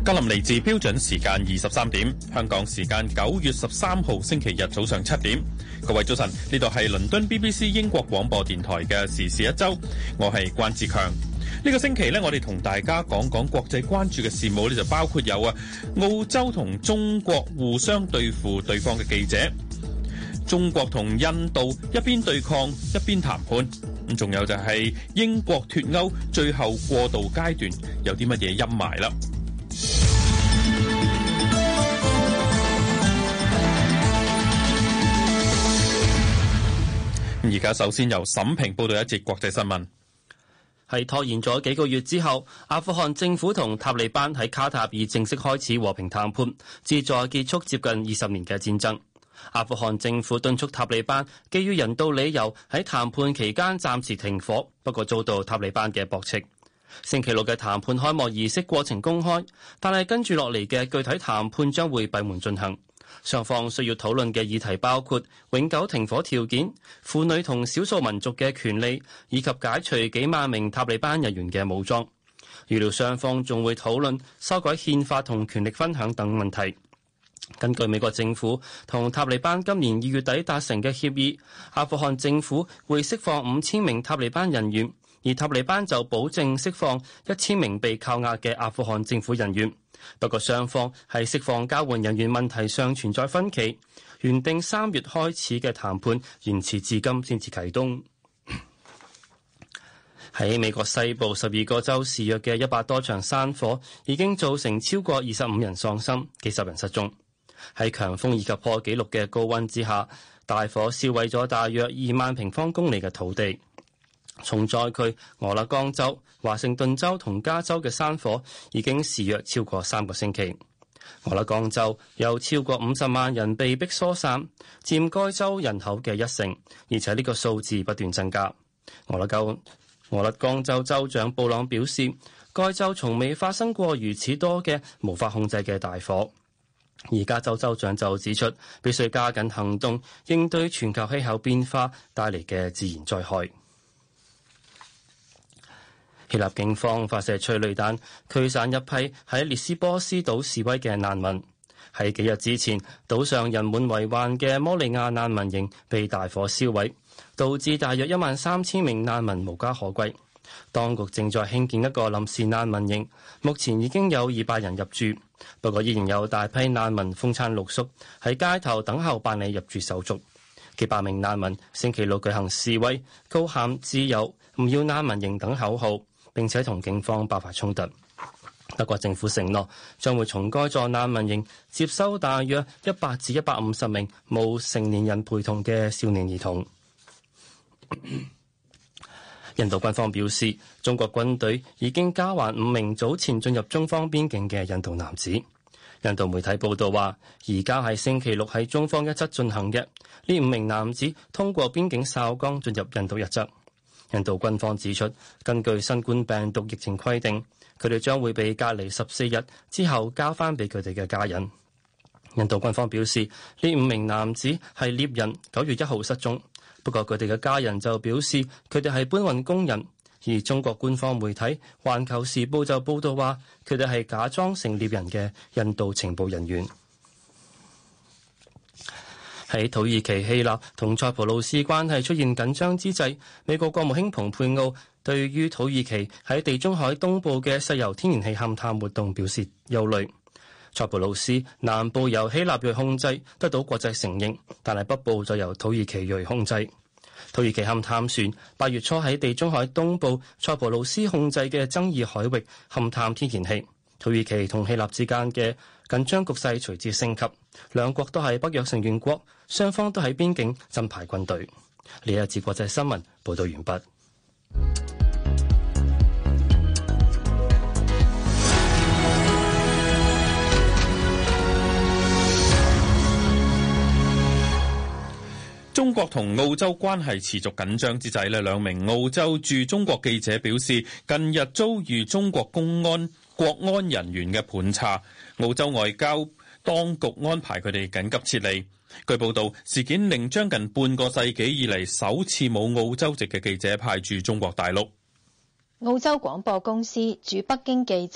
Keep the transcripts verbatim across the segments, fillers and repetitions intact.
格林尼治標準時間二十三點，香港時間九月十三號星期日早上七點。各位早晨，呢度係倫敦 B B C 英國廣播電台嘅時事一周，我係關志強。呢個星期呢，我哋同大家講講國際關注嘅事務呢，就包括有啊，澳洲同中國互相對付對方嘅記者，中國同印度一邊對抗一邊談判，咁仲有就係英國脫歐最後過渡階段有啲乜嘢陰霾啦。而家首先由沈平報道一節國際新聞。 係拖延咗幾個月之後，阿富汗政府同塔利班喺卡塔爾正式開始和平談判，旨在結束接近二十年嘅戰爭。阿富汗政府敦促塔利班基於人道理由喺談判期間暫時停火，不過遭到塔利班嘅駁斥。星期六嘅談判開幕儀式過程公開，但係跟住落嚟嘅具體談判將會閉門進行。雙方需要討論嘅議題包括永久停火條件、婦女同少數民族嘅權利，以及解除幾萬名塔利班人員嘅武裝。預料雙方仲會討論修改憲法同權力分享等問題。根據美國政府同塔利班今年二月底達成嘅協議，阿富汗政府會釋放五千名塔利班人員，而塔利班就保證釋放一千名被扣押嘅阿富汗政府人員。不過雙方喺釋放交換人員問題上存在分歧，原定三月開始嘅談判延遲至今先至啟動。喺美國西部十二個州肆虐嘅一百多場山火已經造成超過二十五人喪生，幾十人失蹤。喺強風以及破紀錄嘅高溫之下，大火燒毀咗大約二萬平方公里嘅土地。重災區俄勒岡州、華盛頓州同加州嘅山火已經肆虐超過三個星期。俄勒岡州有超過五十萬人被迫疏散，佔該州人口嘅一成，而且呢個數字不斷增加。俄勒岡俄勒岡州州長布朗表示，該州從未發生過如此多嘅無法控制嘅大火。而加州州長就指出，必須加緊行動，應對全球氣候變化帶嚟嘅自然災害。希臘警方發射催淚彈驅散一批喺列斯波斯島示威嘅難民。喺幾日之前，島上人滿為患嘅摩利亞難民營被大火燒毀，導致大約一萬三千名難民無家可歸。當局正在興建一個臨時難民營，目前已經有二百人入住，不過依然有大批難民風餐露宿喺街頭等候辦理入住手續。幾百名難民星期六舉行示威，高喊自由、唔要難民營等口號，並且同警方爆發衝突。德國政府承諾將會從該座難民營接收大約一百至一百五十名冇成年人陪同嘅少年兒童。印度軍方表示，中國軍隊已經交還五名早前進入中方邊境嘅印度男子。印度媒體報道話，移交係星期六喺中方一側進行嘅，呢五名男子通過邊境哨崗進入印度一側。印度軍方指出，根據新冠病毒疫情規定，佢哋將會被隔離十四日之後交翻俾佢哋嘅家人。印度軍方表示，呢五名男子係獵人，九月一號失蹤。不過佢哋嘅家人就表示，佢哋係搬運工人。而中國官方媒體《環球時報》就報道話，佢哋係假裝成獵人嘅印度情報人員。喺土耳其、希臘同塞浦路斯關係出現緊張之際，美國國務卿蓬佩奧對於土耳其喺地中海東部嘅石油天然氣勘探活動表示憂慮。塞浦路斯南部由希臘裔控制，得到國際承認，但係北部就由土耳其裔控制。土耳其勘探船八月初喺地中海東部塞浦路斯控制嘅爭議海域勘探天然氣。土耳其同希臘之間嘅緊張局勢隨之升級，兩國都係北約成員國，雙方都喺邊境增派軍隊。呢一節國際新聞報道完畢。 中國同澳洲關係持續緊張之際咧，兩名澳洲駐中國記者表示，近日遭遇中國公安國安人員嘅盤查，澳洲外交當局安排佢哋緊急撤離。據報道，事件令將近半個世紀以嚟首次冇澳洲籍嘅記者派駐中國大陸。 澳洲廣播公司駐北京記者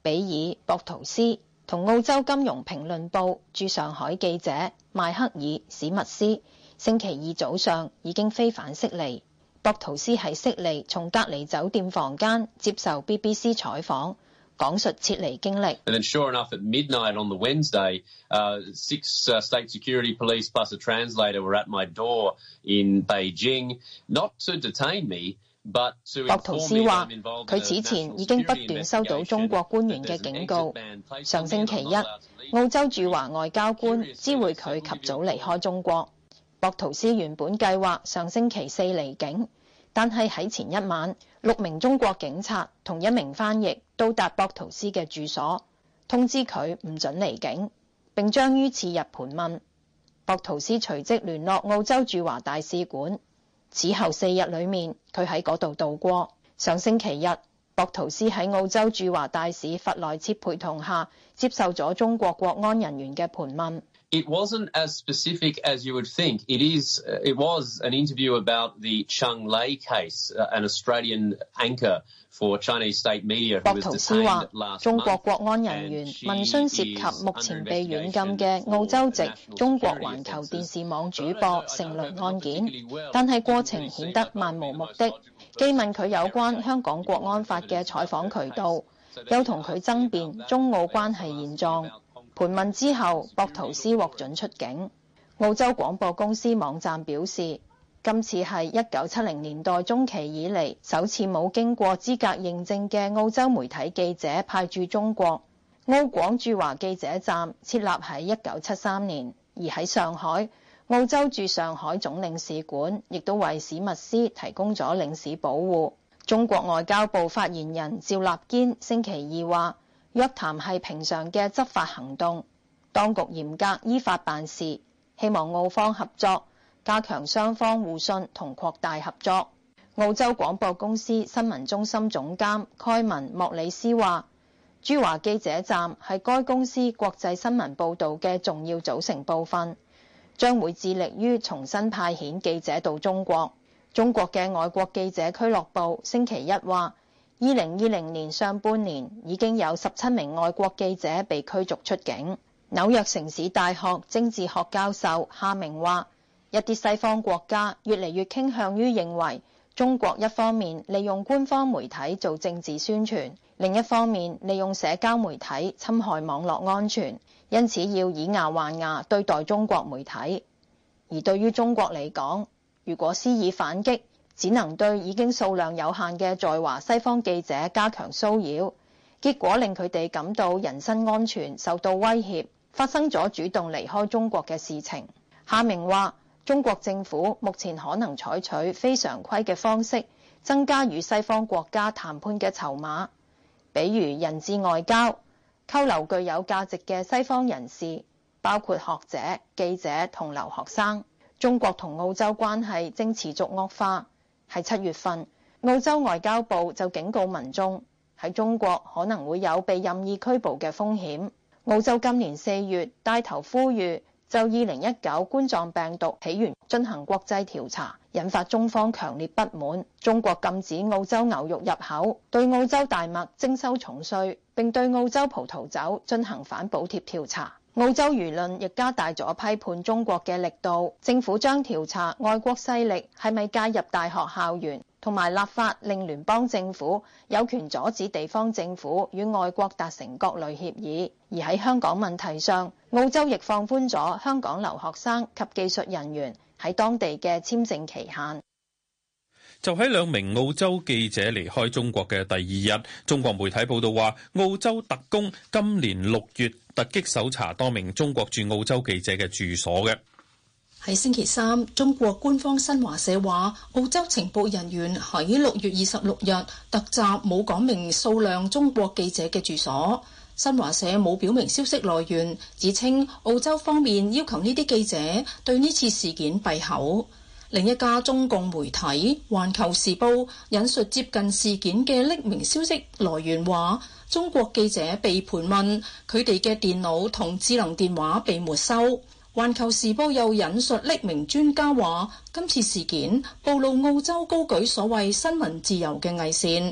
比爾·博圖斯同澳洲金融評論報駐上海記者邁克爾·史密斯星期二早上已經飛返悉尼。博圖斯喺悉尼從隔離酒店房間接受 B B C 採訪，講述撤離經歷。 And then sure enough, at midnight on the Wednesday, uh, six uh, state security police plus a translator were at my door in Beijing, not to detain me, but to inform me that I'm involved in a national security investigation. 博圖斯話：佢此前已經不斷收到中國官員嘅警告。上星期一，澳洲駐華外交官知會佢及早離開中國。博圖斯原本計劃上星期四離境，但係喺前一晚，六名中國警察同一名翻譯到達博圖斯嘅住所，通知佢唔准離境，並將於次日盤問。博圖斯隨即聯絡澳洲駐華大使館，此後四日裏面，佢喺嗰度度過。上星期日，博圖斯喺澳洲駐華大使弗萊切陪同下，接受咗中國國安人員嘅盤問。 It wasn't as specific as you would think. It is. It was an interview about the Cheng Lei case, an Australian anchor for Chinese state media who was detained last month. 中國國安人員問詢涉及目前被軟禁嘅澳洲籍中國環球電視網主播成蕾案件，但係過程顯得漫無目的。既問佢有關香港國安法嘅採訪渠道，又同佢爭辯中澳關係現狀。盤問之後，博圖斯獲准出境。澳洲廣播公司網站表示，今次係一九七零年代中期以嚟首次冇經過資格認證嘅澳洲媒體記者派駐中國。澳廣駐華記者站設立喺一九七三年，而喺上海，澳洲駐上海總領事館亦都為史密斯提供咗領事保護。中國外交部發言人趙立堅星期二話，約談係平常嘅執法行動，當局嚴格依法辦事，希望澳方合作，加強雙方互信同擴大合作。澳洲廣播公司新聞中心總監蓋文莫里斯話，駐華記者站係該公司國際新聞報導嘅重要組成部分，將會致力於重新派遣記者到中國。中國嘅外國記者俱樂部星期一話，二零二零年上半年已經有十七名外國記者被驅逐出境。紐約城市大學政治學教授夏明話，一啲西方國家越嚟越傾向於認為中國一方面利用官方媒體做政治宣傳，另一方面利用社交媒體侵害網絡安全，因此要以牙還牙對待中國媒體。而對於中國嚟講，如果施以反擊，只能對已經數量有限嘅在華西方記者加強騷擾，結果令佢哋感到人身安全受到威脅，發生咗主動離開中國嘅事情。夏明話，中國政府目前可能採取非常規嘅方式，增加與西方國家談判嘅籌碼，比如人質外交、扣留具有價值嘅西方人士，包括學者、記者同留學生。中國同澳洲關係正持續惡化。喺七月份，澳洲外交部就警告民眾喺中國可能會有被任意拘捕嘅風險。澳洲今年四月帶頭呼籲就二零一九冠狀病毒起源進行國際調查，引發中方強烈不滿。中國禁止澳洲牛肉入口，對澳洲大麥徵收重稅，並對澳洲葡萄酒進行反補貼調查。澳洲輿論亦加大咗批判中國嘅力度，政府將調查外國勢力係咪介入大學校園，同埋立法令聯邦政府有權阻止地方政府與外國達成各類協議。而喺香港問題上，澳洲亦放寬咗香港留學生及技術人員喺當地嘅簽證期限。 就喺兩名澳洲記者離開中國嘅第二日，中國媒體報道話，澳洲特工今年六月突擊搜查多名中國駐澳洲記者嘅住所嘅。 喺星期三，中國官方新華社話，澳洲情報人員喺六月二十六日突襲冇講明數量中國記者嘅住所。新華社冇表明消息來源，只稱澳洲方面要求呢啲記者對呢次事件閉口。另一家中共媒體《環球時報》引述接近事件嘅匿名消息來源話，中國記者被盤問，佢哋嘅電腦同智能電話被沒收。《環球時報》又引述匿名專家話，今次事件暴露澳洲高舉所謂新聞自由嘅偽善。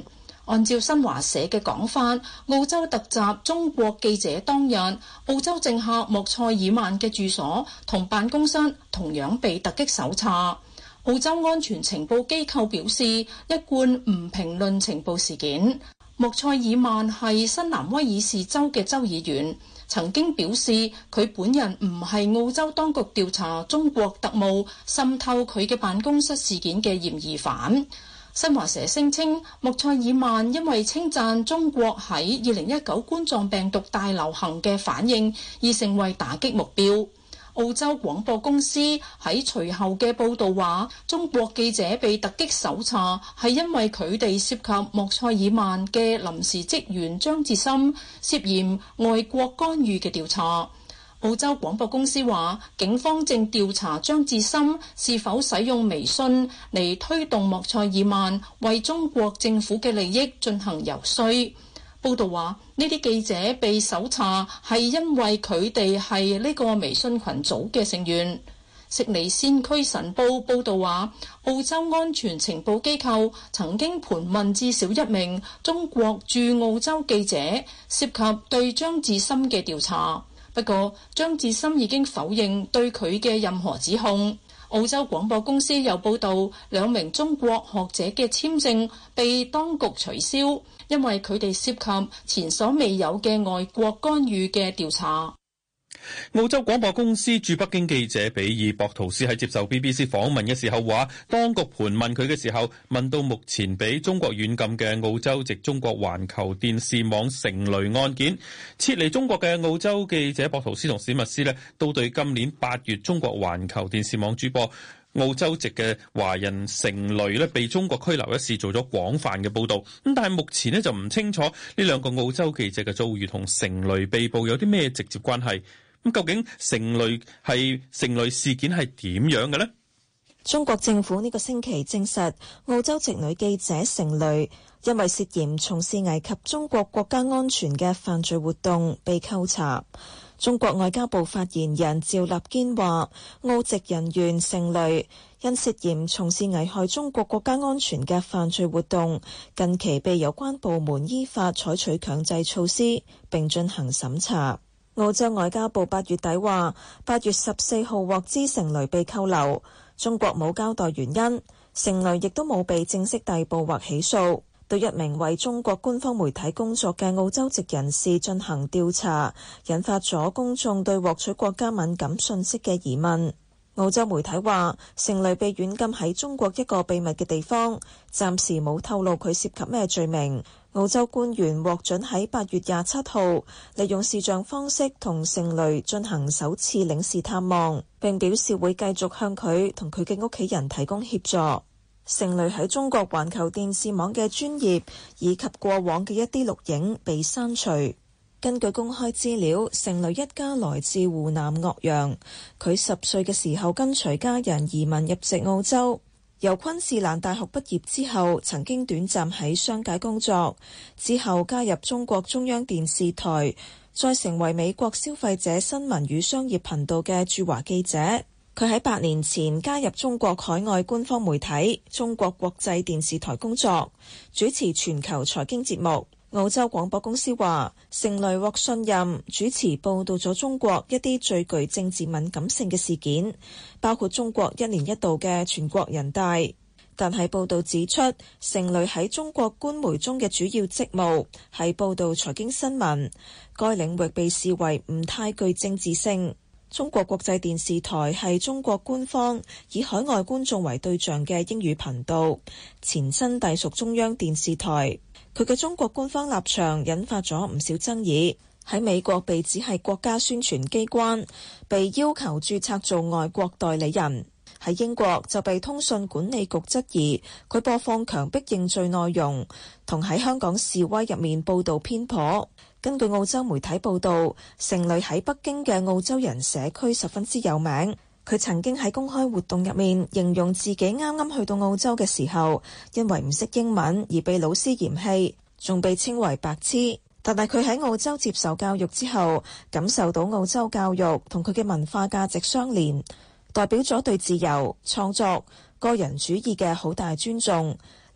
按照新華社嘅講法，澳洲突襲中國記者當日，澳洲政客莫塞爾曼嘅住所同辦公室同樣被突擊搜查。澳洲安全情報機構表示，一貫唔評論情報事件。莫塞爾曼係新南威爾士州嘅州議員，曾經表示佢本人唔係澳洲當局調查中國特務滲透佢嘅辦公室事件嘅嫌疑犯。新華社聲稱，莫塞爾曼因為稱讚中國喺二零一九冠狀病毒大流行嘅反應而成為打擊目標。澳洲廣播公司喺隨後嘅報導話，中國記者被突擊搜查係因為佢哋涉及莫塞爾曼嘅臨時職員張志深涉嫌外國干預嘅調查。澳洲廣播公司話，警方正調查張志深是否使用微信嚟推動莫塞爾曼為中國政府嘅利益進行游說。報道話，呢啲記者被搜查係因為佢哋係呢個微信群組嘅成員。悉尼先驅晨報報道話，澳洲安全情報機構曾經盤問至少一名中國駐澳洲記者，涉及對張志深嘅調查。不過，張志深已經否認對佢嘅任何指控。澳洲廣播公司又報道，兩名中國學者嘅簽證被當局取消，因為佢哋涉及前所未有嘅外國干預嘅調查。 澳洲廣播公司駐北京記者比爾博圖斯喺接受 B B C 訪問嘅時候話，當局盤問佢嘅時候，問到目前被中國軟禁嘅澳洲籍中國環球電視網成蕾案件，撤離中國嘅澳洲記者博圖斯同史密斯呢，都對今年八月中國環球電視網主播澳洲籍嘅華人成蕾咧被中國拘留一事做咗廣泛嘅報道。咁但係目前呢，就唔清楚呢兩個澳洲記者嘅遭遇同成蕾被捕有啲咩直接關係。咁究竟成蕾係成蕾事件係點樣嘅呢？ 中國政府呢個星期證實，澳洲籍女記者成蕾因為涉嫌從事危及中國國家安全嘅犯罪活動被扣查。中國外交部發言人趙立堅話，澳籍人員成蕾因涉嫌從事危害中國國家安全嘅犯罪活動，近期被有關部門依法採取強制措施並進行審查。澳洲外交部八月底話，八月十四號獲知成蕾被扣留，中國冇交代原因，成蕾亦都冇被正式逮捕或起訴。對一名為中國官方媒體工作嘅澳洲籍人士進行調查，引發咗公眾對獲取國家敏感信息嘅疑問。澳洲媒體話，成蕾被軟禁喺中國一個秘密嘅地方，暫時冇透露佢涉及咩罪名。澳洲官員獲准喺八月廿七號利用視像方式同成蕾進行首次領事探望，並表示會繼續向佢同佢嘅屋企人提供協助。成蕾喺中國環球電視網嘅專頁以及過往嘅一啲錄影被刪除。根據公開資料，成蕾一家來自湖南岳陽，佢十歲嘅時候跟隨家人移民入籍澳洲。由昆士蘭大學畢業之後，曾經短暫喺商界工作，之後加入中國中央電視台，再成為美國消費者新聞與商業頻道嘅駐華記者。佢喺八年前加入中國海外官方媒體中國國際電視台工作，主持全球財經節目。澳洲廣播公司話，成蕾獲信任主持報導咗中國一啲最具政治敏感性嘅事件，包括中國一年一度嘅全國人大。但係報導指出，成蕾喺中國官媒中嘅主要職務係報導財經新聞，該領域被視為唔太具政治性。中國國際電視台係中國官方以海外觀眾為對象嘅英語頻道，前身隸屬中央電視台。佢嘅中國官方立場引發咗唔少爭議，喺美國被指係國家宣傳機關，被要求註冊做外國代理人；喺英國就被通訊管理局質疑佢播放強迫認罪內容，同喺香港示威入面報導偏頗。根據澳洲媒體報導，成蕾喺北京嘅澳洲人社區十分之有名。佢曾經喺公開活動入面形容自己啱啱去到澳洲嘅時候，因為唔識英文而被老師嫌棄，仲被稱為白痴。但係佢喺澳洲接受教育之後，感受到澳洲教育同佢嘅文化價值相連，代表咗對自由、創作、個人主義嘅好大尊重。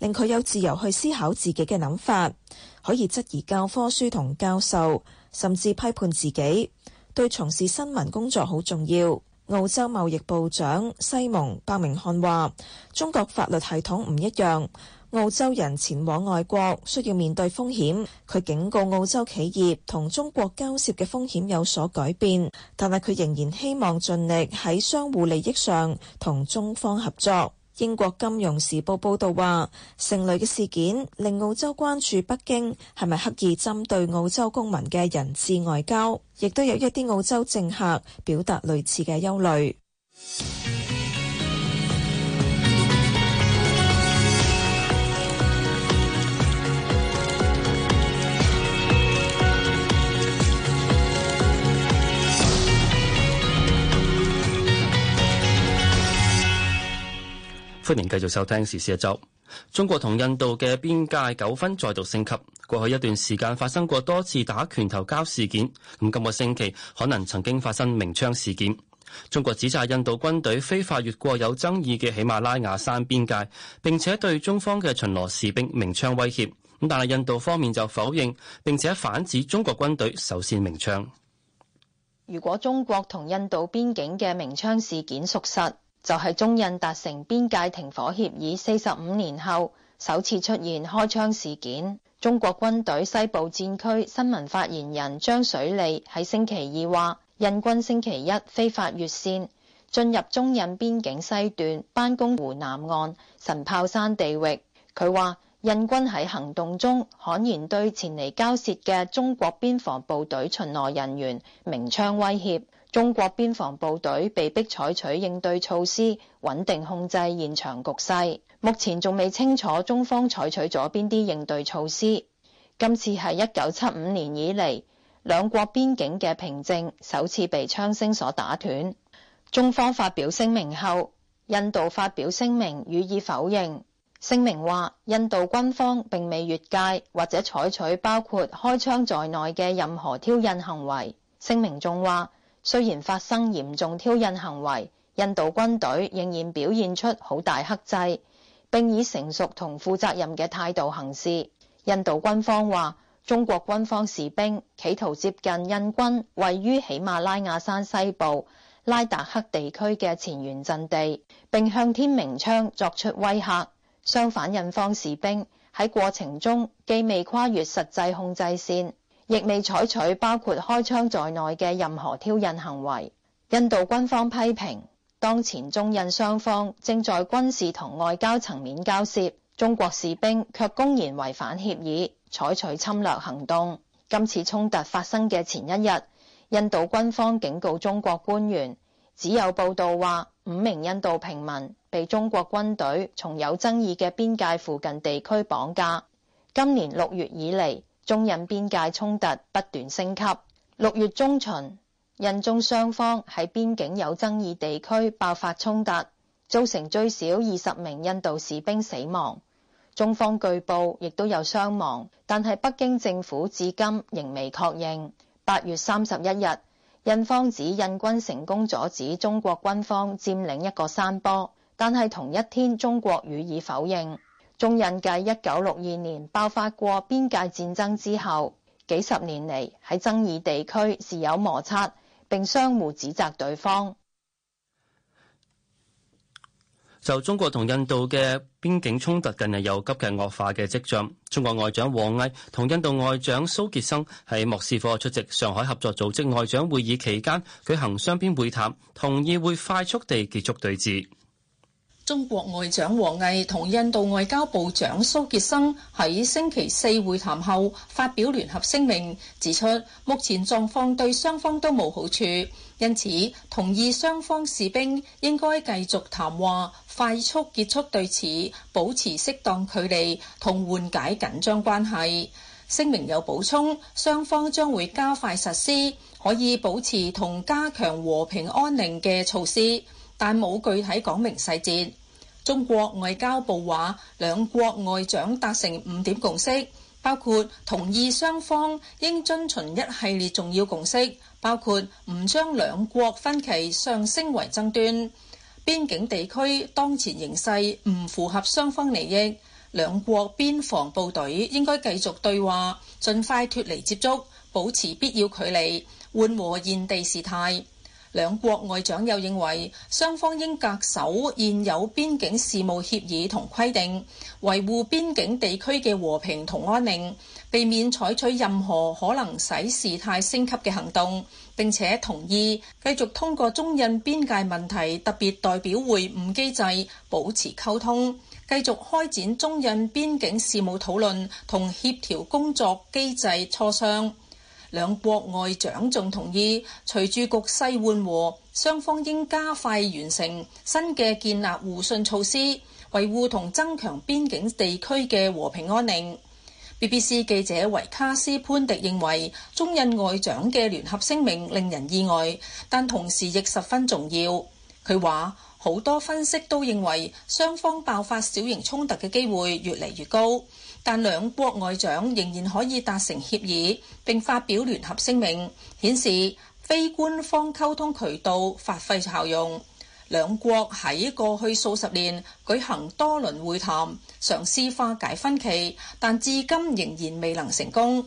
令佢有自由去思考自己嘅諗法，可以質疑教科書同教授，甚至批判自己，對從事新聞工作好重要。澳洲貿易部長西蒙·伯明翰話：中國法律系統唔一樣，澳洲人前往外國需要面對風險。佢警告澳洲企業同中國交涉嘅風險有所改變，但係佢仍然希望盡力喺相互利益上同中方合作。英國金融時報報導話，成蕾嘅事件令澳洲關注北京係咪刻意針對澳洲公民嘅人質外交，亦都有一啲澳洲政客表達類似嘅憂慮。 歡迎繼續收聽時事一周。中國同印度嘅邊界糾紛再度升級，過去一段時間發生過多次打拳頭交事件，咁今個星期可能曾經發生鳴槍事件。中國指責印度軍隊非法越過有爭議嘅喜馬拉雅山邊界，並且對中方嘅巡邏士兵鳴槍威脅，咁但係印度方面就否認，並且反指中國軍隊首先鳴槍。 如果中國同印度邊境嘅鳴槍事件屬實，就係中印達成邊界停火協議四十五年後首次出現開槍事件。中國軍隊西部戰區新聞發言人張水利喺星期二話，印軍星期一非法越線進入中印邊境西段班公湖南岸神炮山地域。佢話印軍喺行動中悍然對前嚟交涉嘅中國邊防部隊巡邏人員鳴槍威脅。中國邊防部隊被迫採取應對措施，穩定控制現場局勢。目前仲未清楚中方採取咗邊啲應對措施。今次係一九七五年以嚟兩國邊境嘅平靜首次被槍聲所打斷。中方發表聲明後，印度發表聲明予以否認。聲明話，印度軍方並未越界或者採取包括開槍在內嘅任何挑釁行為。聲明仲話，雖然發生嚴重挑釁行為，印度軍隊仍然表現出好大克制，並以成熟同負責任嘅態度行事。印度軍方話，中國軍方士兵企圖接近印軍位於喜馬拉雅山西部拉達克地區嘅前沿陣地，並向天鳴槍作出威嚇。相反，印方士兵喺過程中既未跨越實際控制線，亦未採取包括開槍在內嘅任何挑釁行為。印度軍方批評，當前中印雙方正在軍事同外交層面交涉，中國士兵卻公然違反協議，採取侵略行動。今次衝突發生嘅前一日，印度軍方警告中國官員，只有報道話五名印度平民被中國軍隊從有爭議嘅邊界附近地區綁架。今年六月以嚟，中印邊界衝突不斷升級。六月中旬，印中雙方喺邊境有爭議地區爆發衝突，造成最少二十名印度士兵死亡。中方據報亦都有傷亡，但係北京政府至今仍未確認。八月三十一日，印方指印軍成功阻止中國軍方佔領一個山坡，但係同一天中國予以否認。中印繼一九六二年爆發過邊界戰爭之後，幾十年嚟喺爭議地區時有摩擦，並相互指責對方。 就中國同印度嘅邊境衝突近日有急劇惡化嘅跡象，中國外長王毅同印度外長蘇傑生喺莫斯科出席上海合作組織外長會議期間舉行雙邊會談，同意會快速地結束對峙。 中國外長王毅同印度外交部長蘇傑生喺星期四會談後發表聯合聲明，指出目前狀況對雙方都冇好處，因此同意雙方士兵應該繼續談話，快速結束對峙，保持適當距離同緩解緊張關係。聲明又補充，雙方將會加快實施可以保持同加強和平安寧嘅措施，但冇具體講明細節。中國外交部話，兩國外長達成五點共識，包括同意雙方應遵循一系列重要共識，包括唔將兩國分歧上升為爭端，邊境地區當前形勢唔符合雙方利益， 兩國邊防部隊應該繼續對話，盡快脫離接觸，保持必要距離，緩和現地事態。兩國外長又認為，雙方應恪守現有邊境事務協議同規定，維護邊境地區嘅和平同安寧，避免採取任何可能使事態升級嘅行動。並且同意繼續通過中印邊界問題特別代表會晤機制保持溝通，繼續開展中印邊境事務討論同協調工作機制磋商。兩國外長仲同意，隨住局勢緩和，雙方應加快完成新嘅建立互信措施，維護同增強邊境地區嘅和平安寧。B B C 記者維卡斯潘迪認為，中印外長嘅聯合聲明令人意外，但同時亦十分重要。佢話，好多分析都認為雙方爆發小型衝突嘅機會越嚟越高，但兩國外長仍然可以達成協議並發表聯合聲明，顯示非官方溝通渠道發揮效用。兩國喺過去數十年舉行多輪會談，嘗試化解分歧，但至今仍然未能成功。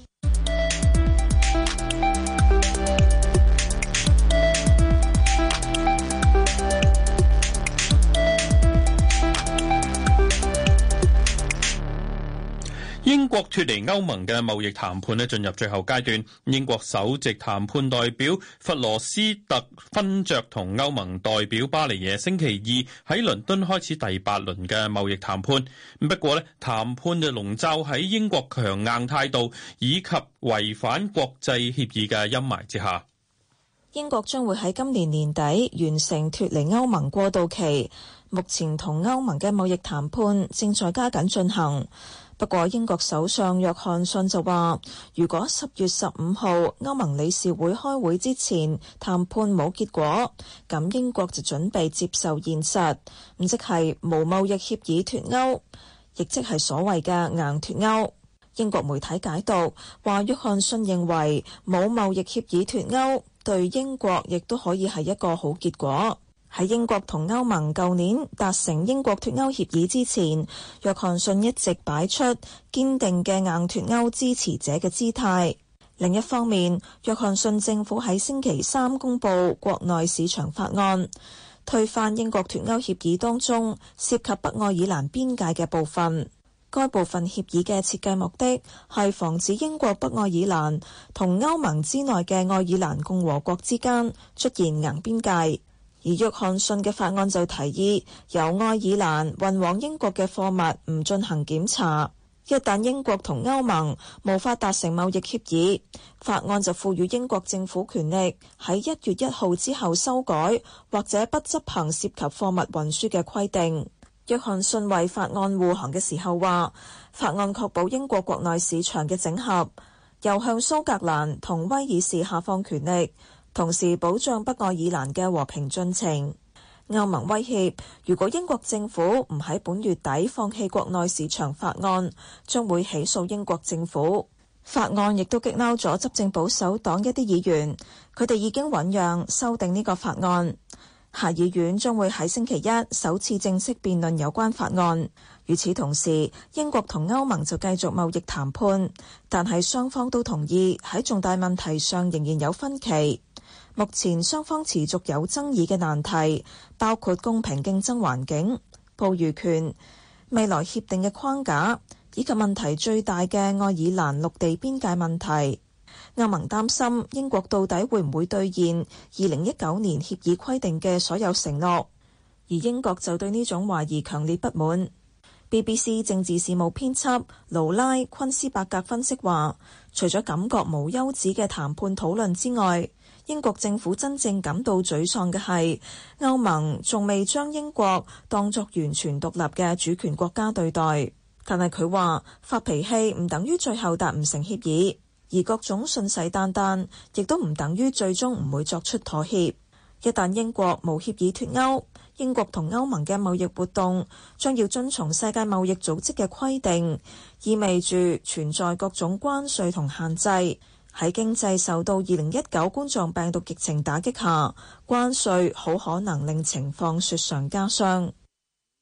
英國脫離歐盟嘅貿易談判咧進入最後階段，英國首席談判代表弗羅斯特勳爵同歐盟代表巴尼耶星期二喺倫敦開始第八輪嘅貿易談判。不過咧，談判就籠罩喺英國強硬態度以及違反國際協議嘅陰霾之下。 英國將會喺今年年底完成脫離歐盟過渡期，目前同歐盟嘅貿易談判正在加緊進行。不過英國首相約翰遜就話，如果十月十五號歐盟理事會開會之前談判冇結果，咁英國就準備接受現實，咁即係無貿易協議脫歐，亦即係所謂嘅硬脫歐。英國媒體解讀話，約翰遜認為冇貿易協議脫歐對英國亦都可以係一個好結果。喺英國同歐盟舊年達成英國脫歐協議之前，約翰遜一直擺出堅定嘅硬脫歐支持者嘅姿態。另一方面，約翰遜政府喺星期三公布國內市場法案，推翻英國脫歐協議當中涉及北愛爾蘭邊界嘅部分。該部分協議嘅設計目的係防止英國北愛爾蘭同歐盟之內嘅愛爾蘭共和國之間出現硬邊界。而約翰遜嘅法案就提議由愛爾蘭運往英國嘅貨物唔進行檢查，一旦英國同歐盟無法達成貿易協議，法案就賦予英國政府權力喺一月一號之後修改或者不執行涉及貨物運輸嘅規定。約翰遜為法案護航嘅時候話，法案確保英國國內市場嘅整合，又向蘇格蘭同威爾士下放權力，同時保障北愛爾蘭嘅和平進程。歐盟威脅，如果英國政府唔喺本月底放棄國內市場法案，將會起訴英國政府。法案亦都激嬲咗執政保守黨一啲議員，佢哋已經醞釀修訂呢個法案。下議院將會喺星期一首次正式辯論有關法案。與此同時，英國同歐盟就繼續貿易談判，但係雙方都同意喺重大問題上仍然有分歧。目前雙方持續有爭議嘅難題包括公平競爭環境、捕魚權、未來協定嘅框架，以及問題最大嘅愛爾蘭陸地邊界問題。歐盟擔心英國到底會唔會兌現二零一九年協議規定嘅所有承諾，而英國就對呢種懷疑強烈不滿。B B C 政治事務編輯勞拉昆斯伯格分析話，除咗感覺無休止嘅談判討論之外，英國政府真正感到沮喪嘅係歐盟仲未將英國當作完全獨立嘅主權國家對待。但係佢話發脾氣唔等於最後達唔成協議，而各種信誓旦旦亦都唔等於最終唔會作出妥協。一旦英國無協議脫歐，英國同歐盟嘅貿易活動將要遵從世界貿易組織嘅規定，意味住存在各種關稅同限制。喺經濟受到二零一九冠狀病毒疫情打擊下，關稅好可能令情況雪上加霜。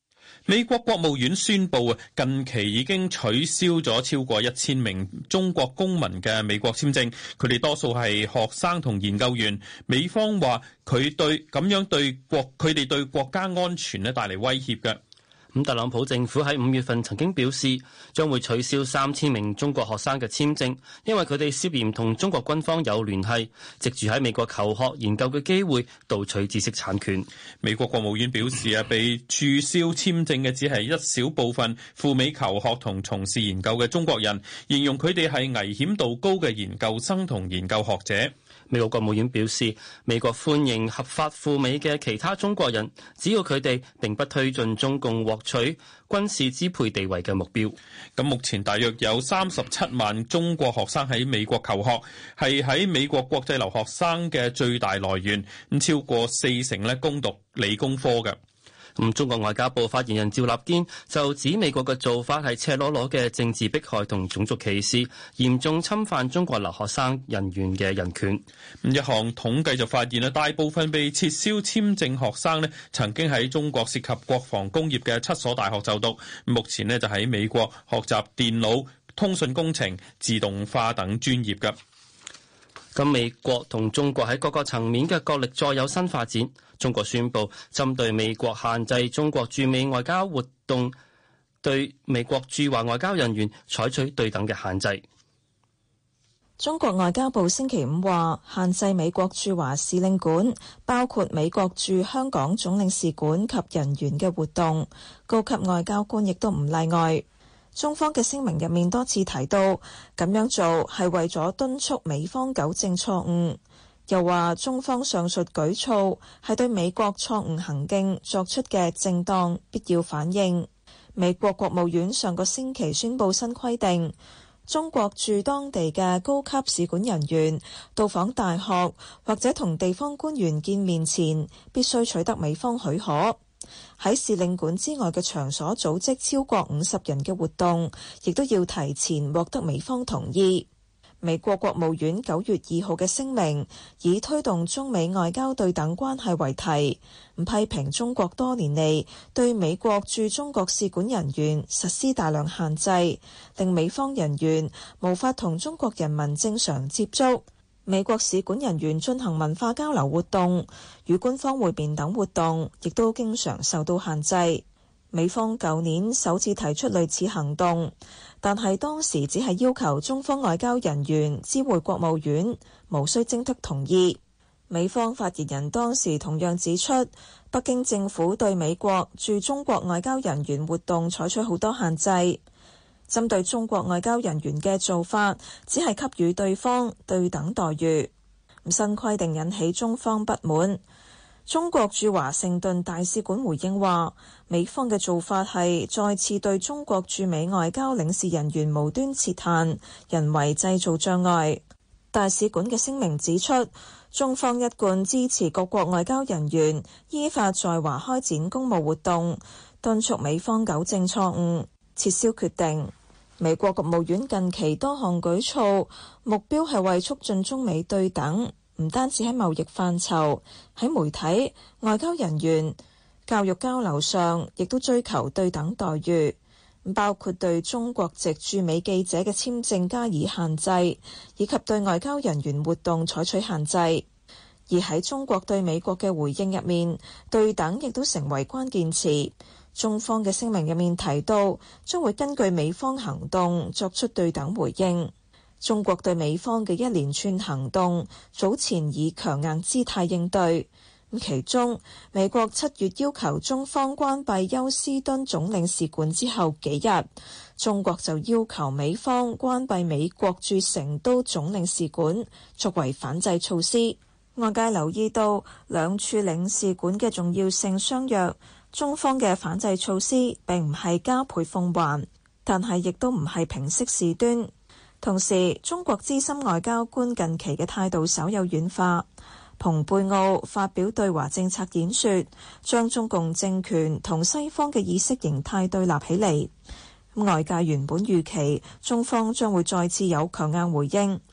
美國國務院宣布啊，近期已經取消咗超過一千名中國公民嘅美國簽證，佢哋多數係學生同研究員。美方話佢對咁樣對國佢哋對國家安全咧帶嚟威脅嘅。 咁特朗普政府喺五月份曾經表示，將會取消三千名中國學生嘅簽證，因為佢哋涉嫌同中國軍方有聯繫，藉住喺美國求學研究嘅機會盜取知識產權。 美國國務院表示啊，被註銷簽證嘅只係一小部分赴美求學同從事研究嘅中國人，形容佢哋係危險度高嘅研究生同研究學者。 美國國務院表示，美國歡迎合法赴美嘅其他中國人，只要佢哋並不推進中共獲取軍事支配地位嘅目標。 咁目前大約有三十七萬中國學生喺美國求學，係喺美國國際留學生嘅最大來源，咁超過四成咧攻讀理工科嘅。 咁中國外交部發言人趙立堅就指美國嘅做法係赤裸裸嘅政治迫害同種族歧視，嚴重侵犯中國留學生人員嘅人權。 一項統計就發現啦，大部分被撤銷簽證學生咧，曾經喺中國涉及國防工業嘅七所大學就讀，目前咧就喺美國學習電腦、通訊工程、自動化等專業嘅。 咁美國同中國喺各個層面嘅角力再有新發展。中國宣布針對美國限制中國駐美外交活動，對美國駐華外交人員採取對等嘅限制。 中國外交部星期五話，限制美國駐華使領館，包括美國駐香港總領事館及人員嘅活動，高級外交官亦都唔例外。中方嘅聲明入面多次提到，咁樣做係為咗敦促美方糾正錯誤。又話中方上述舉措係對美國錯誤行徑作出嘅正當必要反應。美國國務院上個星期宣布新規定，中國駐當地嘅高級使館人員到訪大學或者同地方官員見面前，必須取得美方許可。喺使領館之外嘅場所組織超過五十人嘅活動，亦都要提前獲得美方同意。美國國務院九月二號嘅聲明以推動中美外交對等關係為題，批評中國多年嚟對美國駐中國使館人員實施大量限制，令美方人員無法同中國人民正常接觸。美國使館人員進行文化交流活動、與官方會面等活動，亦都經常受到限制。美方舊年首次提出類似行動，但係當時只係要求中方外交人員知會國務院，無需徵得同意。美方發言人當時同樣指出，北京政府對美國駐中國外交人員活動採取好多限制，針對中國外交人員嘅做法，只係給予對方對等待遇。新規定引起中方不滿。中國駐華盛頓大使館回應話，美方嘅做法係再次對中國駐美外交領事人員無端設限，人為製造障礙。大使館嘅聲明指出，中方一貫支持各國外交人員依法在華開展公務活動，敦促美方糾正錯誤，撤銷決定。美國國務院近期多項舉措，目標係為促進中美對等，唔單止喺貿易範疇，喺媒體、外交人員、教育交流上，亦都追求對等待遇，包括對中國籍駐美記者嘅簽證加以限制，以及對外交人員活動採取限制。而喺中國對美國嘅回應入面，對等亦都成為關鍵詞。中方嘅聲明入面提到，將會根據美方行動作出對等回應。中國對美方嘅一連串行動，早前以強硬姿態應對。其中，美國七月要求中方關閉休斯敦總領事館之後幾日，中國就要求美方關閉美國駐成都總領事館，作為反制措施。外界留意到兩處領事館嘅重要性相若，中方嘅反制措施並唔係加倍奉還，但係亦都唔係平息事端。同時，中國資深外交官近期嘅態度稍有軟化。蓬佩奧發表對華政策演說，將中共政權同西方嘅意識形態對立起嚟。外界原本預期中方將會再次有強硬回應，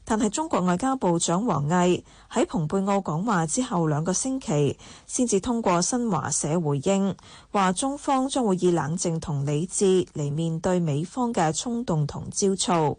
但係中國外交部長王毅喺蓬佩奧講話之後兩個星期，先至通過新華社回應，話中方將會以冷靜同理智嚟面對美方嘅衝動同焦躁。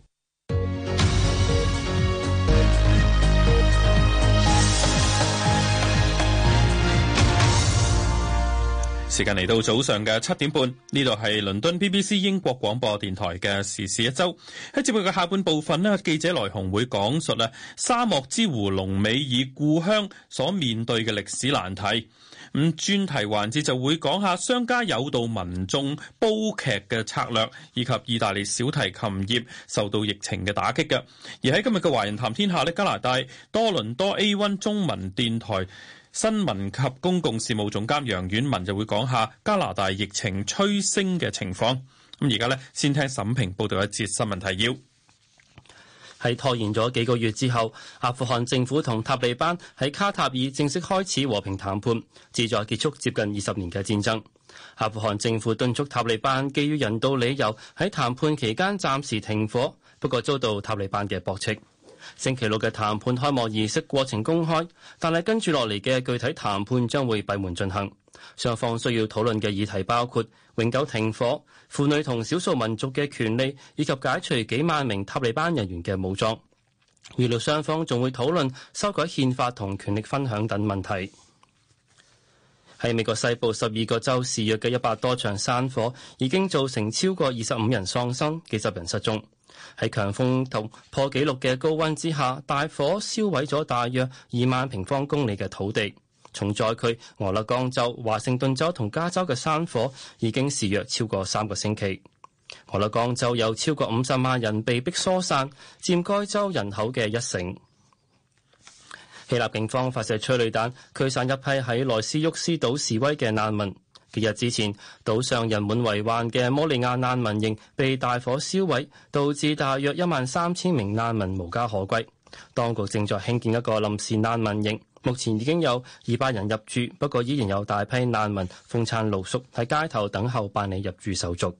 時間嚟到早上嘅七點半，呢度係倫敦 B B C 英國廣播電台嘅時事一周。喺節目嘅下半部分呢，記者來鴻會講述啊沙漠之狐隆美爾故鄉所面對嘅歷史難題。咁專題環節就會講下商家誘導民眾煲劇嘅策略，以及意大利小提琴業受到疫情嘅打擊嘅。而喺今日嘅華人談天下呢，加拿大多倫多 A 一 中文電台新聞及公共事務總監楊婉文就會講下加拿大疫情趨升嘅情況。咁而家呢，先聽沈平報道一節新聞提要。 喺拖延咗幾個月之後，阿富汗政府同塔利班喺卡塔爾正式開始和平談判，旨在結束接近二十年嘅戰爭。阿富汗政府敦促塔利班基於人道理由喺談判期間暫時停火，不過遭到塔利班嘅駁斥。星期六嘅談判開幕儀式過程公開，但係跟住落嚟嘅具體談判將會閉門進行。雙方需要討論嘅議題包括永久停火、婦女同少數民族嘅權利，以及解除幾萬名塔利班人員嘅武裝。預料雙方仲會討論修改憲法同權力分享等問題。喺美國西部十二個州肆虐嘅一百多場山火，已經造成超過二十五人喪生，幾十人失蹤。喺強風同破紀錄嘅高溫之下，大火燒毀咗大約二萬平方公里嘅土地。重災區俄勒岡州、華盛頓州同加州嘅山火已經肆虐超過三個星期。俄勒岡州有超過五十萬人被迫疏散，佔該州人口嘅一成。希臘警方發射催淚彈驅散一批喺萊斯沃斯島示威嘅難民。幾日之前，島上人滿為患嘅摩利亞難民營被大火燒毀，導致大約一萬三千名難民無家可歸。當局正在興建一個臨時難民營，目前已經有二百人入住，不過依然有大批難民風餐露宿喺街頭等候辦理入住手續。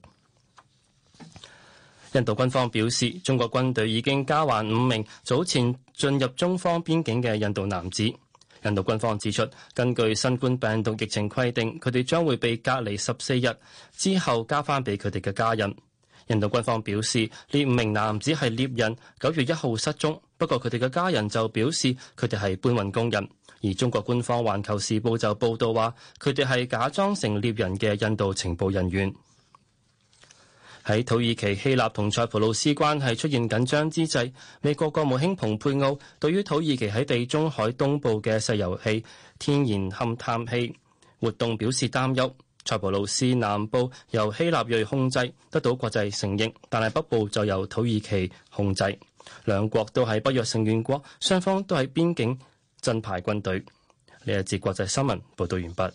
印度軍方表示，中國軍隊已經交還五名早前進入中方邊境嘅印度男子。印度軍方指出，根據新冠病毒疫情規定，佢哋將會被隔離十四日，之後交翻俾佢哋嘅家人。印度軍方表示，呢五名男子係獵人，九月一號失蹤，不過佢哋嘅家人就表示佢哋係搬運工人。而中國官方《環球時報》就報道話，佢哋係假裝成獵人嘅印度情報人員。喺土耳其、希臘同塞浦路斯關係出現緊張之際，美國國務卿蓬佩奧對於土耳其喺地中海東部嘅石油氣、天然勘探氣活動表示擔憂。塞浦路斯南部由希臘裔控制，得到國際承認，但係北部就由土耳其控制。兩國都係北約成員國，雙方都喺邊境增派軍隊。呢一節國際新聞報道完畢。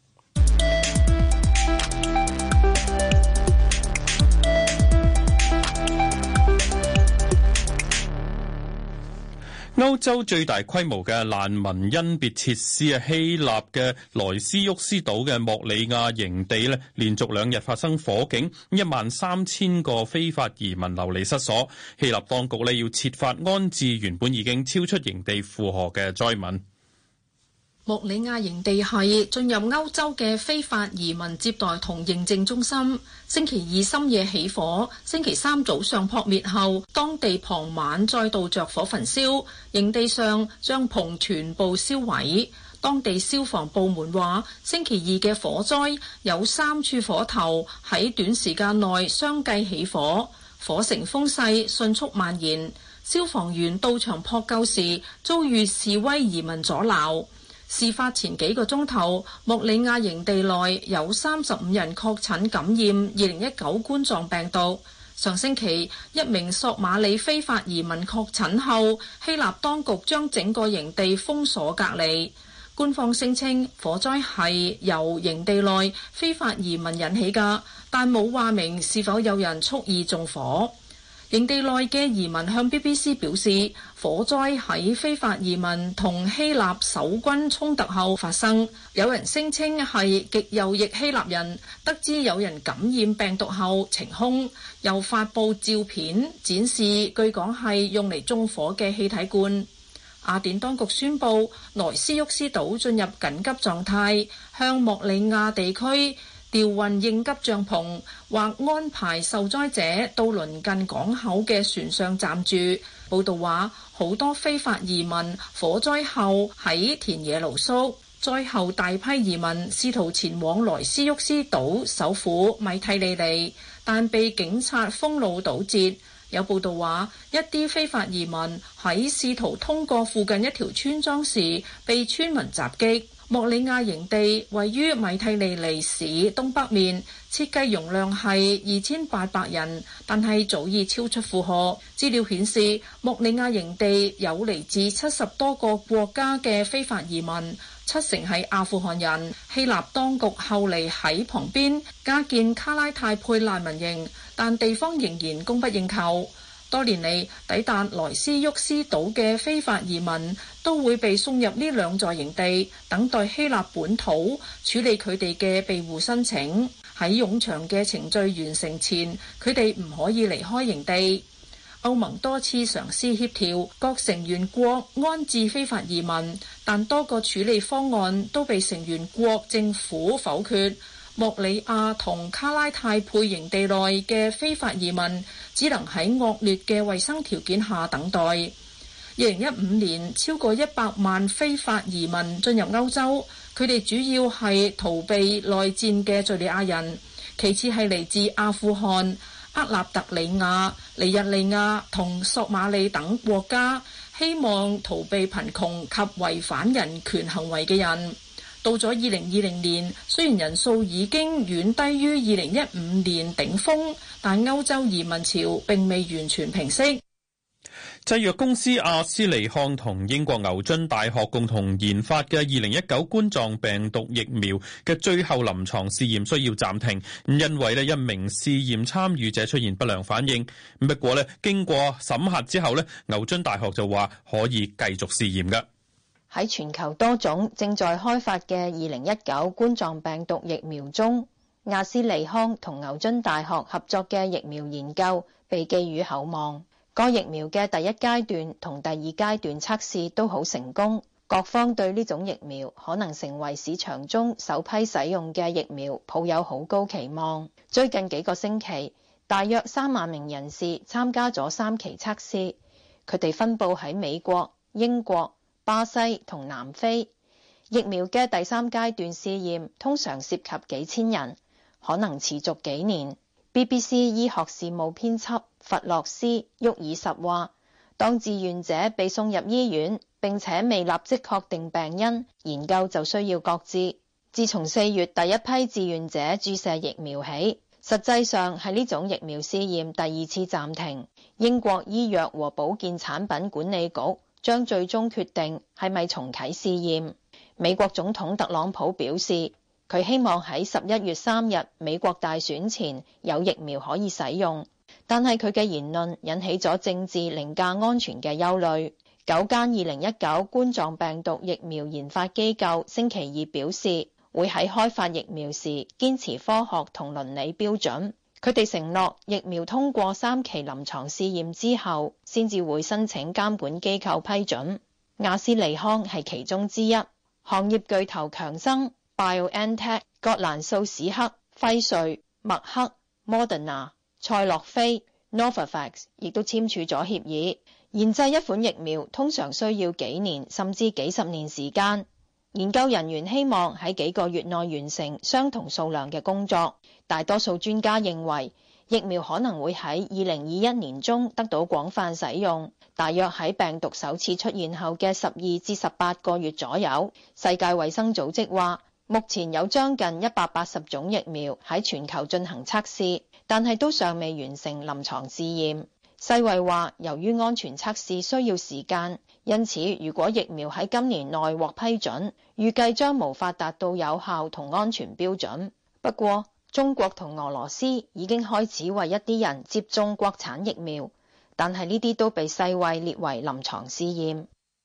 歐洲最大規模嘅難民甄別設施啊，希臘嘅萊斯沃斯島嘅莫里亞營地咧，連續兩日發生火警，一萬三千個非法移民流離失所。希臘當局咧要設法安置原本已經超出營地負荷嘅災民。 莫里亞營地係進入歐洲嘅非法移民接待同認證中心。星期二深夜起火，星期三早上撲滅後，當地傍晚再度着火焚燒，營地上帳篷全部燒毀。當地消防部門話，星期二嘅火災有三處火頭喺短時間內相繼起火，火勢風勢迅速蔓延。消防員到場撲救時，遭遇示威移民阻撓。事發前幾個鐘頭，莫里亞營地內有三十五人確診感染二零一九冠狀病毒。上星期，一名索馬里非法移民確診後，希臘當局將整個營地封鎖隔離。官方聲稱火災係由營地內非法移民引起㗎，但冇話明是否有人蓄意縱火。 營地內嘅移民向 B B C 表示，火災喺非法移民同希臘守軍衝突後發生。有人聲稱係極右翼希臘人得知有人感染病毒後逞兇，又發布照片展示據講係用嚟縱火嘅氣體罐。雅典當局宣布萊斯沃斯島進入緊急狀態，向莫里亞地區調運應急帳篷，或安排受災者到鄰近港口嘅船上暫住。報道話，好多非法移民火災後喺田野露宿，災後大批移民試圖前往萊斯沃斯島首府米蒂利尼，但被警察封路堵截。有報道話，一啲非法移民喺試圖通過附近一條村莊時被村民襲擊。莫里亞營地位於米蒂利尼市東北面，設計容量係二千八百人，但係早已超出負荷。資料顯示，莫里亞營地有嚟自七十多個國家嘅非法移民，七成係阿富汗人。希臘當局後嚟喺旁邊加建卡拉泰佩難民營，但地方仍然供不應求。多年嚟，抵達萊斯沃斯島嘅非法移民都會被送入呢兩座營地，等待希臘本土處理佢哋嘅庇護申請。喺冗長嘅程序完成前，佢哋唔可以離開營地。歐盟多次嘗試協調各成員國安置非法移民，但多個處理方案都被成員國政府否決。莫里亞同卡拉泰佩營地內嘅非法移民只能喺惡劣嘅衛生條件下等待。二零一五年，超過一百萬非法移民進入歐洲，佢哋主要係逃避內戰嘅敘利亞人，其次係嚟自阿富汗、厄立特里亞、尼日利亞同索馬里等國家，希望逃避貧窮及違反人權行為嘅人。到咗二零二零年，雖然人數已經遠低於二零一五年頂峰，但歐洲移民潮並未完全平息。 製藥公司阿斯利康同英國牛津大學共同研發嘅二零一九冠狀病毒疫苗嘅最後臨床試驗需要暫停，因為咧一名試驗參與者出現不良反應。不過咧經過審核之後咧，牛津大學就話可以繼續試驗嘅。 喺全球多種正在開發嘅二零一九冠狀病毒疫苗中，阿斯利康同牛津大學合作嘅疫苗研究被寄予厚望。該疫苗嘅第一階段同第二階段測試都好成功，各方對呢種疫苗可能成為市場中首批使用嘅疫苗抱有好高期望。最近幾個星期，大約三萬名人士參加咗三期測試，佢哋分佈喺美國、英國、巴西同南非。疫苗嘅第三階段試驗通常涉及幾千人，可能持續幾年。B B C 醫學事務編輯弗洛斯沃爾什話，當志願者被送入醫院並且未立即確定病因，研究就需要擱置。自從四月第一批志願者注射疫苗起，實際上係呢種疫苗試驗第二次暫停。英國醫藥和保健產品管理局將最終決定係咪重啟試驗。美國總統特朗普表示，佢希望喺十一月三日美國大選前有疫苗可以使用，但係佢嘅言論引起咗政治凌駕安全嘅憂慮。九間二零一九冠狀病毒疫苗研發機構星期二表示，會喺開發疫苗時堅持科學同倫理標準。佢哋承諾疫苗通過三期臨床試驗之後，先至會申請監管機構批准。阿斯利康係其中之一，行業巨頭強生、BioNTech、葛蘭素史克、輝瑞、默克、Moderna、賽諾菲、Novavax 亦都簽署咗協議。研製一款疫苗通常需要幾年甚至幾十年時間，研究人員希望喺幾個月內完成相同數量嘅工作。大多數專家認為，疫苗可能會喺二零二一年中得到廣泛使用，大約喺病毒首次出現後嘅十二至十八個月左右。世界衛生組織話，目前有將近一百八十種疫苗喺全球進行測試，但係都尚未完成臨床試驗。世衛話，由於安全測試需要時間，因此如果疫苗喺今年內獲批准，預計將無法達到有效同安全標準。不過，中國同俄羅斯已經開始為一啲人接種國產疫苗， 但係呢啲都被世衛列為臨床試驗。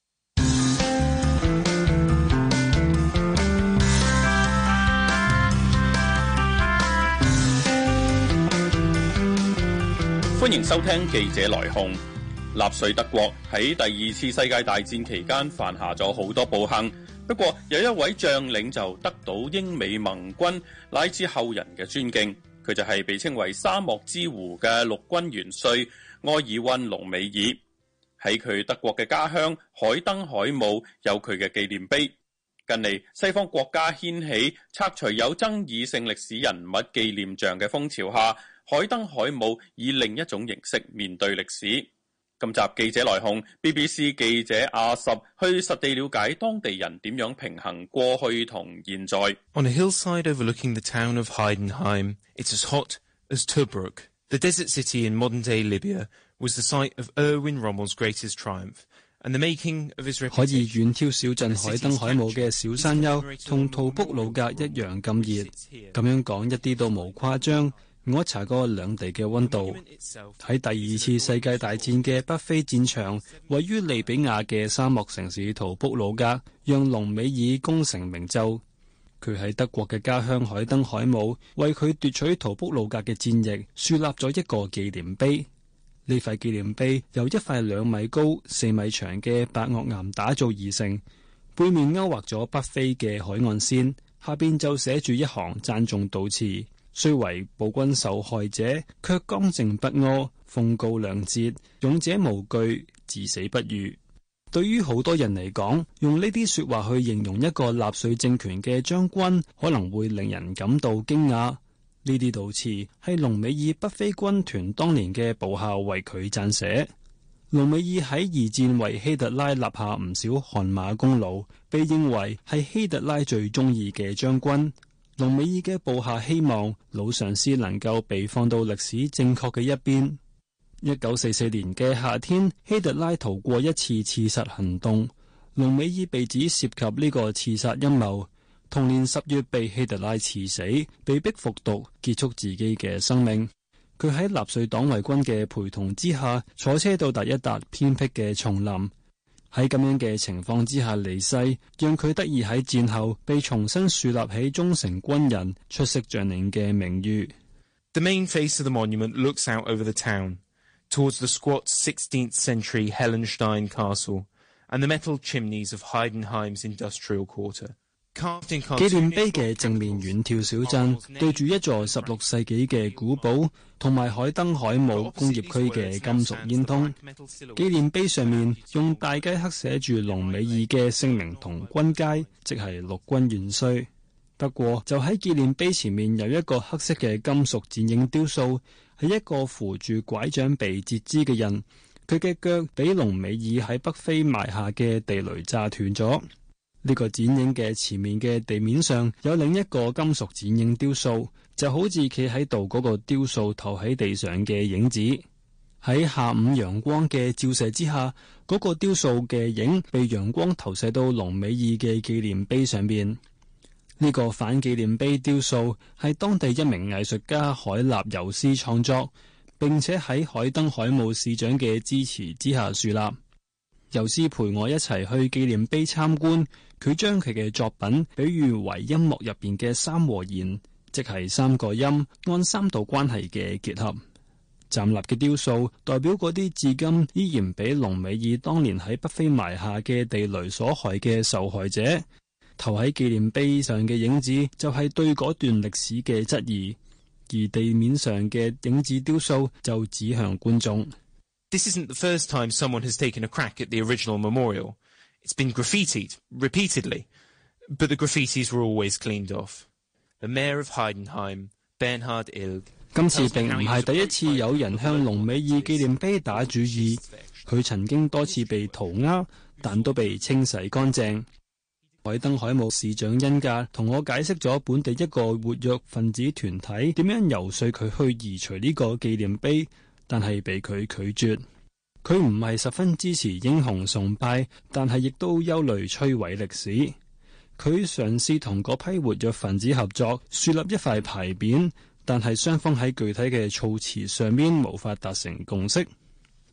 歡迎收聽記者來鴻。納粹德國喺第二次世界大戰期間犯下咗好多暴行，不過有一位將領就得到英美盟軍乃至後人嘅尊敬，佢就係被稱為沙漠之狐嘅陸軍元帥埃爾溫隆美爾。喺佢德國嘅家鄉海登海姆有佢嘅紀念碑。近嚟西方國家掀起拆除有爭議性歷史人物紀念像嘅風潮下，海登海姆以另一種形式面對歷史。今集記者來鴻 B B C 記者阿什去實地了解當地人點樣平衡過去同現在。 On a hillside overlooking the town of Heidenheim, it's as hot as Tobruk. The desert city in modern-day Libya was the site of Erwin Rommel's greatest triumph, and the making of his reputation. 可以遠眺小鎮海登海姆嘅小山丘，同圖卜魯格一樣咁熱。咁樣講一啲都冇誇張。我查過兩地嘅溫度，喺第二次世界大戰嘅北非戰場，位於利比亞嘅沙漠城市圖卜魯格，讓隆美爾功成名就。佢喺德國嘅家鄉海登海姆，為佢奪取圖卜魯格嘅戰役樹立咗一個紀念碑。呢塊紀念碑由一塊兩米高、四米長嘅白堊岩打造而成，背面勾畫咗北非嘅海岸線，下邊就寫住一行讚頌悼詞。雖為暴君受害者，卻剛正不阿，奉告良節，勇者無懼，至死不渝。對於好多人嚟講，用呢啲說話去形容一個納粹政權嘅將軍，可能會令人感到驚訝。呢啲悼詞係隆美爾北非軍團當年嘅部校為佢撰寫。隆美爾喺二戰為希特拉立下唔少汗馬功勞，被認為係希特拉最中意嘅將軍。隆美爾嘅部下希望老上司能夠被放到歷史正確嘅一邊。一九四四年嘅夏天，希特拉逃過一次刺殺行動，隆美爾被指涉及呢個刺殺陰謀。同年十月被希特拉刺死，被逼服毒，結束自己嘅生命。佢喺納粹黨衛軍嘅陪同之下，坐車到達一笪偏僻嘅叢林。喺咁樣嘅情況之下離世，讓佢得以喺戰後被重新樹立起忠誠軍人、出色將領嘅名譽。 The main face of the monument looks out over the town, towards the squat sixteenth century Hellenstein Castle and the metal chimneys of Heidenheim's industrial quarter. 紀念碑嘅正面遠眺小鎮，對住一座十六世紀嘅古堡，同埋海登海姆工業區嘅金屬煙通。紀念碑上面用大雞刻寫住隆美爾嘅姓名同軍階，即係陸軍元帥。不過就喺紀念碑前面有一個黑色嘅金屬剪影雕塑，係一個扶住拐杖被截肢嘅人，佢嘅腳俾隆美爾喺北非埋下嘅地雷炸斷咗。呢個剪影嘅前面嘅地面上有另一個金屬剪影雕塑，就好似企喺度嗰個雕塑投喺地上嘅影子。喺下午陽光嘅照射之下，嗰個雕塑嘅影被陽光投射到隆美爾嘅紀念碑上邊。呢個反紀念碑雕塑係當地一名藝術家海納尤斯創作，並且喺海登海姆市長嘅支持之下樹立。尤斯陪我一齊去紀念碑參觀，佢將佢嘅作品比喻為音樂入邊嘅三和弦，即係三個音按三度關係嘅結合。站立嘅雕塑代表嗰啲至今依然俾隆美爾當年喺北非埋下嘅地雷所害嘅受害者。投喺紀念碑上嘅影子就係對嗰段歷史嘅質疑，而地面上嘅影子雕塑就指向觀眾。 This isn't the first time someone has taken a crack at the original memorial. It's been graffitied repeatedly, but the graffitis were always cleaned off. The mayor of Heidenheim, Bernhard Ilg, 今次並唔係第一次有人向隆美爾紀念碑打主意，佢曾經多次被塗鴉，但都被清洗乾淨。海登海姆市長恩格同我解釋咗本地一個活躍分子團體點樣游說佢去移除呢個紀念碑，但係被佢拒絕。佢唔係十分支持英雄崇拜，但係亦都憂慮摧毀歷史。佢嘗試同嗰批活躍分子合作，樹立一塊牌匾，但係雙方喺具體嘅措辭上面無法達成共識。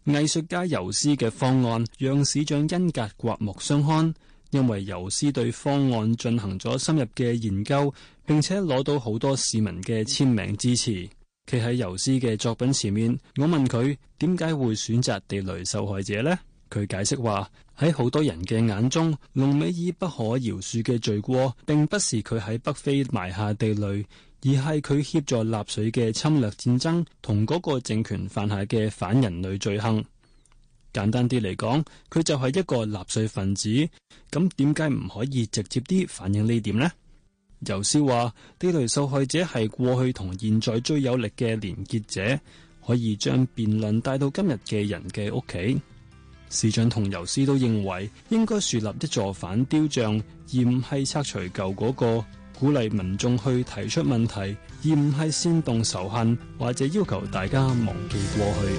藝術家尤斯嘅方案讓市長恩格刮目相看，因為尤斯對方案進行咗深入嘅研究，並且攞到好多市民嘅簽名支持。企喺尤斯嘅作品前面，我問佢點解會選擇地雷受害者呢？佢解釋話，喺好多人嘅眼中，隆美爾不可饒恕嘅罪過並不是佢喺北非埋下地雷，而係佢協助納粹嘅侵略戰爭同嗰個政權犯下嘅反人類罪行。簡單啲嚟講，佢就係一個納粹分子。咁點解唔可以直接啲反映呢點呢？尤斯話，地雷受害者係過去同現在最有力嘅連結者，可以將辯論帶到今日嘅人嘅屋企。市長同尤斯都認為應該樹立一座反雕像，而唔係拆除舊嗰個，鼓勵民眾去提出問題，而唔係煽動仇恨或者要求大家忘記過去。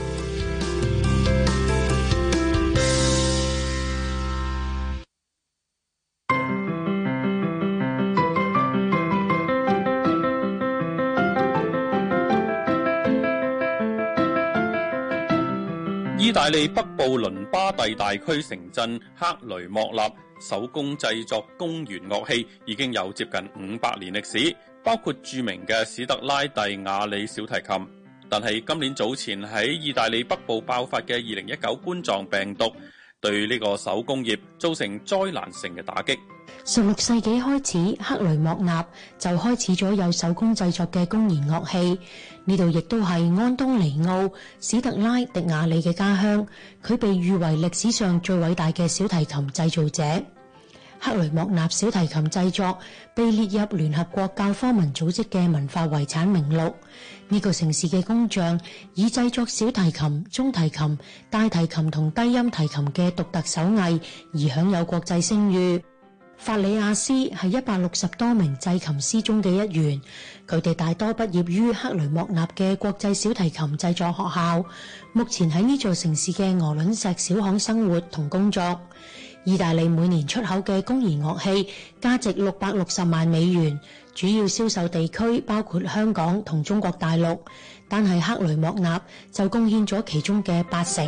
意大利北部倫巴第大區城鎮克雷莫納手工製作公弦樂器已經有接近五百年歷史，包括著名嘅史特拉蒂瓦里小提琴。但係今年早前喺意大利北部爆發嘅二零一九冠狀病毒，對呢個手工業造成災難性嘅打擊。 十六世紀開始，克雷莫納就開始咗有手工製作嘅公弦樂器。呢度亦都係安東尼奧·史特拉迪瓦里嘅家鄉，佢被譽為歷史上最偉大嘅小提琴製造者。克雷莫納小提琴製作被列入聯合國教科文組織嘅文化遺產名錄。呢個城市嘅工匠以製作小提琴、中提琴、大提琴同低音提琴嘅獨特手藝而享有國際聲譽。法里亞斯係一百六十多名製琴師中嘅一員，佢哋大多畢業於克雷莫納嘅國際小提琴製作學校，目前喺呢座城市嘅鵝卵石小巷生活同工作。意大利每年出口嘅公弦樂器價值六百六十萬美元，主要銷售地區包括香港同中國大陸，但係克雷莫納就貢獻咗其中嘅八成。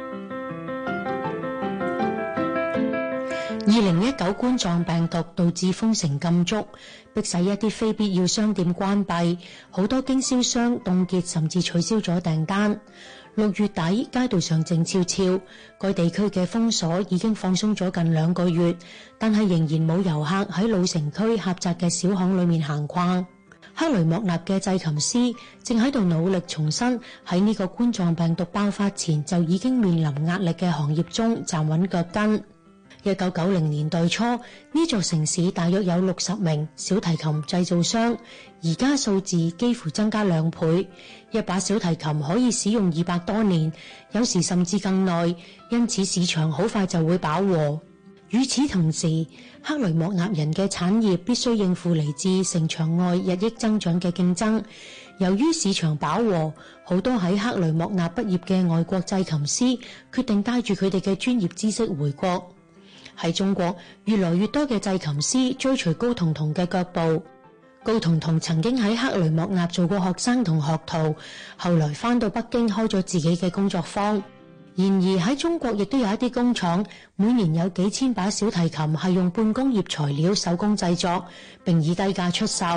二零一九冠狀病毒導致封城禁足，迫使一啲非必要商店關閉，好多經銷商凍結甚至取消咗訂單。六月底街道上靜悄悄，該地區嘅封鎖已經放鬆咗近兩個月，但係仍然冇遊客喺老城區狹窄嘅小巷裏面行逛。克雷莫納嘅製琴師正喺度努力重新喺呢個冠狀病毒爆發前就已經面臨壓力嘅行業中站穩腳跟。一九九零年代初，呢座城市大約有六十名小提琴製造商，而家數字幾乎增加兩倍。一把小提琴可以使用二百多年，有時甚至更耐，因此市場好快就會飽和。與此同時，克雷莫納人嘅產業必須應付嚟自城牆外日益增長嘅競爭。由於市場飽和，好多喺克雷莫納畢業嘅外國製琴師決定帶住佢哋嘅專業知識回國。喺中國，越來越多嘅製琴師追隨高彤彤嘅腳步。高彤彤曾經喺克雷莫納做過學生同學徒，後來返到北京開咗自己嘅工作坊。然而喺中國亦都有一啲工廠，每年有幾千把小提琴係用半工業材料手工製作，並以低價出售。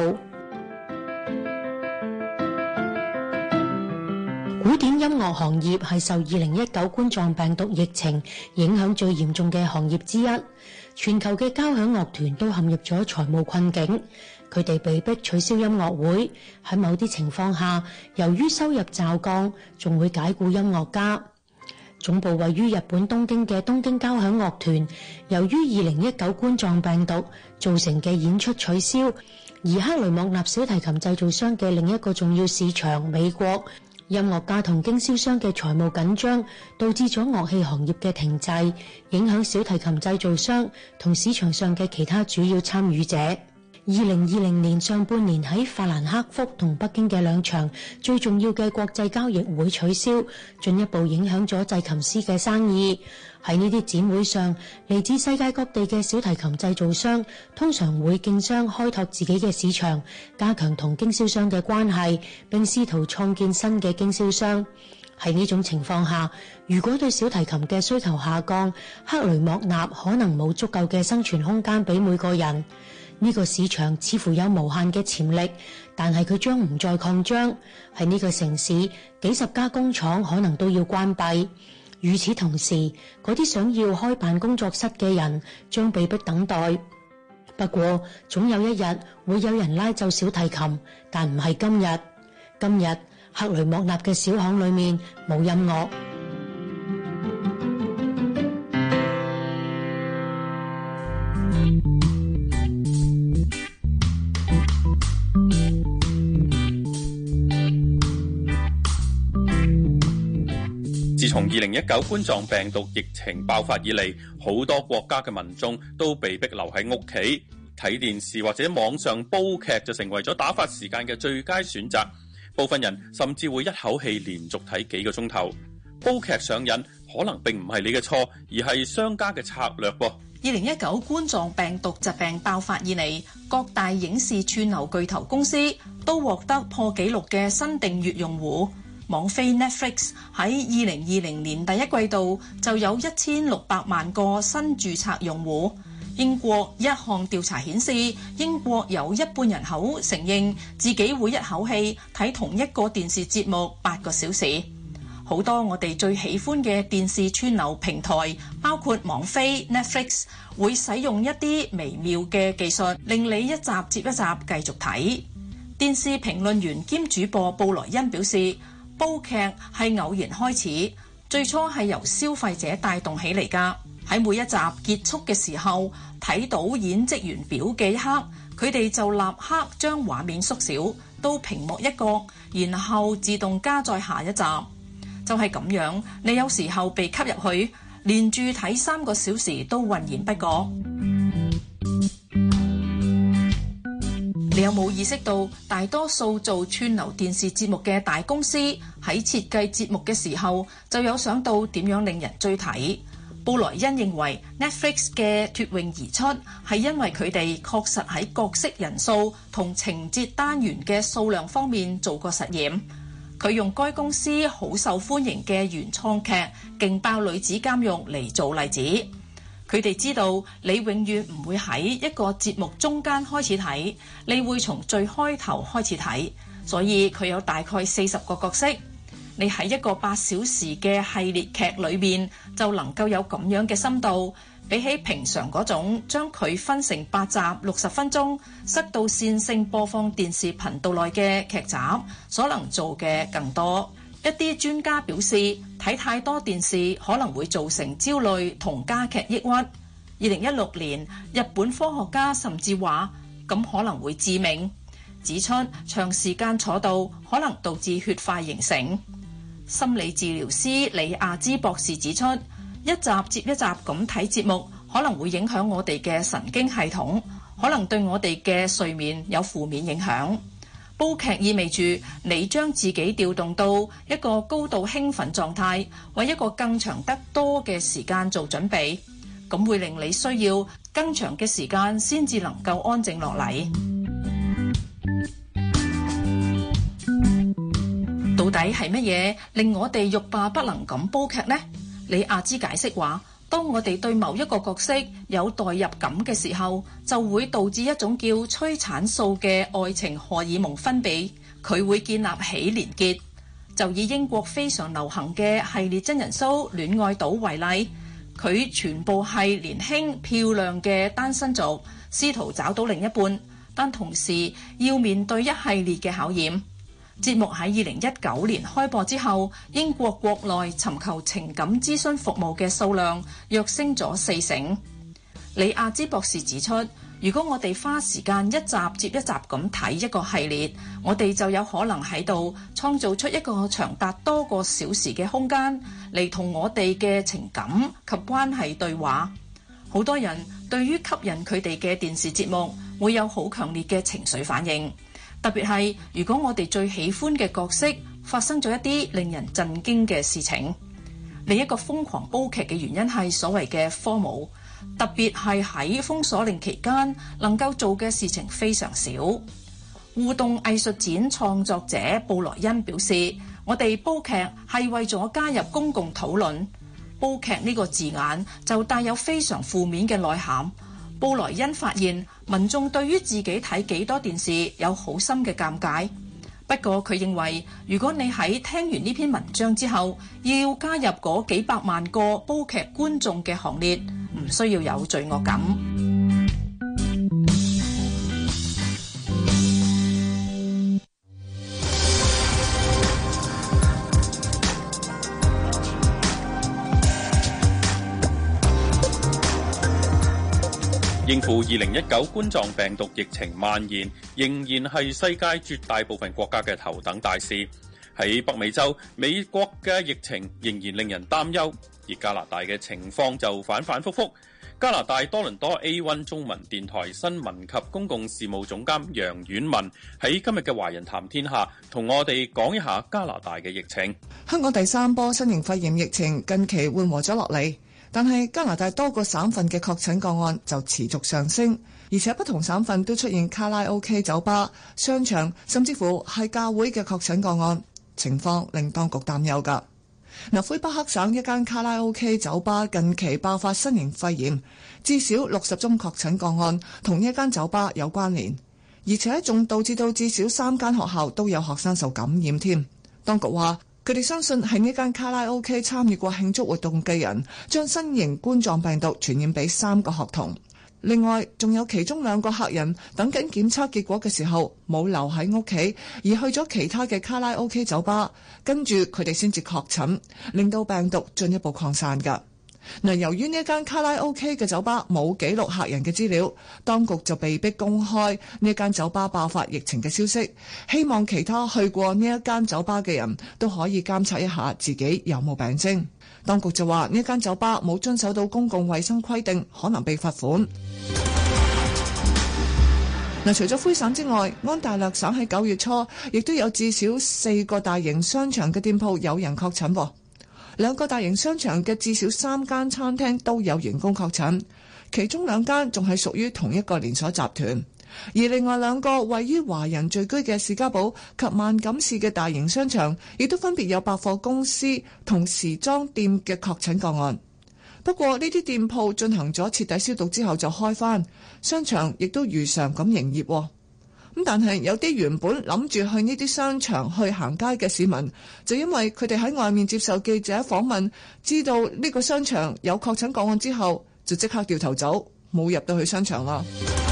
古典音樂行業係受二零一九冠狀病毒疫情影響最嚴重嘅行業之一，全球嘅交響樂團都陷入咗財務困境，佢哋被迫取消音樂會，喺某啲情況下，由於收入驟降，仲會解僱音樂家。總部位於日本東京嘅東京交響樂團，由於二零一九冠狀病毒造成嘅演出取消，而克雷莫納小提琴製造商嘅另一個重要市場美國，音樂家同經銷商嘅財務緊張，導致咗樂器行業嘅停滯，影響小提琴製造商同市場上嘅其他主要參與者。二零二零年上半年喺法蘭克福同北京嘅兩場最重要嘅國際交易會取消，進一步影響咗製琴師嘅生意。喺呢啲展會上，嚟自世界各地嘅小提琴製造商通常會競相開拓自己嘅市場，加強同經銷商嘅關係，並試圖創建新嘅經銷商。 喺呢種情況下，如果對小提琴嘅需求下降，克雷莫納可能冇足夠嘅生存空間俾每個人。呢個市場似乎有無限嘅潛力，但係佢將唔再擴張。喺呢個城市，幾十家工廠可能都要關閉。與此同時，嗰啲想要開辦工作室嘅人將被迫等待。不過，總有一日會有人拉奏小提琴，但唔係今日。今日克雷莫納嘅小巷裏面冇音樂。 自從二零一九冠狀病毒疫情爆發以嚟，好多國家嘅民眾都被迫留喺屋企睇電視或者網上煲劇，就成為咗打發時間嘅最佳選擇。部分人甚至會一口氣連續睇幾個鐘頭。煲劇上癮可能並唔係你嘅錯，而係商家嘅策略噃。 二零一九冠狀病毒疾病爆發以嚟，各大影視串流巨頭公司都獲得破紀錄嘅新訂閱用戶。網飛 Netflix 喺二零二零年第一季度就有一千六百萬個新註冊用戶。英國一項調查顯示，英國有一半人口承認自己會一口氣睇同一個電視節目八個小時。好多我哋最喜歡嘅電視串流平台，包括網飛 Netflix， 會使用一啲微妙嘅技術，令你一集接一集繼續睇。電視評論員兼主播布萊恩表示，煲劇係偶然開始，最初係由消費者帶動起嚟㗎。喺每一集結束嘅時候，睇到演職員表嘅一刻，佢哋就立刻將畫面縮小到屏幕一角，然後自動加載下一集。就係咁樣，你有時候被吸入去，連住睇三個小時都渾然不覺。你有冇意識到，大多數做串流電視節目嘅大公司喺設計節目嘅時候，就有想到點樣令人追睇？布萊恩認為 Netflix 嘅脫穎而出係因為佢哋確實喺角色人數同情節單元嘅數量方面做過實驗。佢用該公司好受歡迎嘅原創劇《勁爆女子監獄》嚟做例子。佢哋知道你永遠唔會喺一個節目中間開始睇，你會從最開頭開始睇，所以佢有大概四十個角色。你喺一個八小時嘅系列劇裏面就能夠有咁樣嘅深度，比起平常嗰種將佢分成八集六十分鐘塞到線性播放電視頻道內嘅劇集所能做嘅更多。一啲專家表示，睇太多電視可能會造成焦慮同加劇抑鬱。二零一六年，日本科學家甚至話咁可能會致命，指出長時間坐到可能導致血塊形成。心理治療師李亞茲博士指出，一集接一集咁睇節目可能會影響我哋嘅神經系統，可能對我哋嘅睡眠有負面影響。煲劇意味住你將自己調動到一個高度興奮狀態，為一個更長得多嘅時間做準備，咁會令你需要更長嘅時間先至能夠安靜落嚟。到底係乜嘢令我哋欲罷不能咁煲劇呢？李亞茲解釋話，當我哋對某一個角色有代入感嘅時候，就會導致一種叫催產素嘅愛情荷爾蒙分泌，佢會建立起連結。就以英國非常流行嘅系列真人 show《戀愛島》為例，佢全部係年輕漂亮嘅單身族，試圖找到另一半，但同時要面對一系列嘅考驗。節目喺二零一九年開播之後，英國國內尋求情感諮詢服務嘅數量躍升咗四成。李亞茲博士指出，如果我哋花時間一集接一集咁睇一個系列，我哋就有可能喺度創造出一個長達多個小時嘅空間嚟同我哋嘅情感及關係對話。好多人對於吸引佢哋嘅電視節目會有好強烈嘅情緒反應。特別係如果我哋最喜歡嘅角色發生咗一啲令人震驚嘅事情。另一個瘋狂煲劇嘅原因係所謂嘅 FOMO， 特別係喺封鎖令期間能夠做嘅事情非常少。 互動藝術展創作者布萊恩表示，我哋煲劇係為咗加入公共討論。煲劇呢個字眼就帶有非常負面嘅內涵。布萊恩發現民眾對於自己睇幾多電視有好深嘅尷尬。不過佢認為，如果你喺聽完呢篇文章之後，要加入嗰幾百萬個煲劇觀眾嘅行列，唔需要有罪惡感。 應付二零一九冠狀病毒疫情蔓延，仍然係世界絕大部分國家嘅頭等大事。喺北美洲，美國嘅疫情仍然令人擔憂，而加拿大嘅情況就反反覆覆。加拿大多倫多 A 一 中文電台新聞及公共事務總監楊婉文喺今日嘅華人談天下同我哋講一下加拿大嘅疫情。 香港第三波新型肺炎疫情近期緩和咗落嚟，但係加拿大多個省份嘅確診個案就持續上升，而且不同省份都出現卡拉 OK 酒吧、商場，甚至乎係教會嘅確診個案，情況令當局擔憂㗎。嗱，魁北克省一間卡拉 OK 酒吧近期爆發新型肺炎，至少六十宗確診個案同一間酒吧有關聯，而且仲導致到至少三間學校都有學生受感染添。當局話，佢哋相信係呢間卡拉 OK 參與過慶祝活動嘅人，將新型冠狀病毒傳染俾三個學童。另外，仲有其中兩個客人等緊檢測結果嘅時候，冇留喺屋企，而去咗其他嘅卡拉 OK 酒吧，跟住佢哋先至確診，令到病毒進一步擴散㗎。嗱，由於呢間卡拉 OK 嘅酒吧冇記錄客人嘅資料，當局就被迫公開呢間酒吧爆發疫情嘅消息，希望其他去過呢一間酒吧嘅人都可以監察一下自己有冇病徵。當局就話呢間酒吧冇遵守到公共衛生規定，可能被罰款。嗱，除咗魁省之外，安大略省喺九月初亦都有至少四個大型商場嘅店鋪有人確診喎。兩個大型商場嘅至少三間餐廳都有員工確診，其中兩間仲係屬於同一個連鎖集團，而另外兩個位於華人聚居嘅士嘉堡及萬錦市嘅大型商場，亦都分別有百貨公司同時裝店嘅確診個案。不過呢啲店鋪進行咗徹底消毒之後就開返，商場亦都如常咁營業喎。咁但係有啲原本諗住去呢啲商場去行街嘅市民，就因為佢哋喺外面接受記者訪問，知道呢個商場有確診個案之後，就即刻掉頭走，冇入到去商場啦。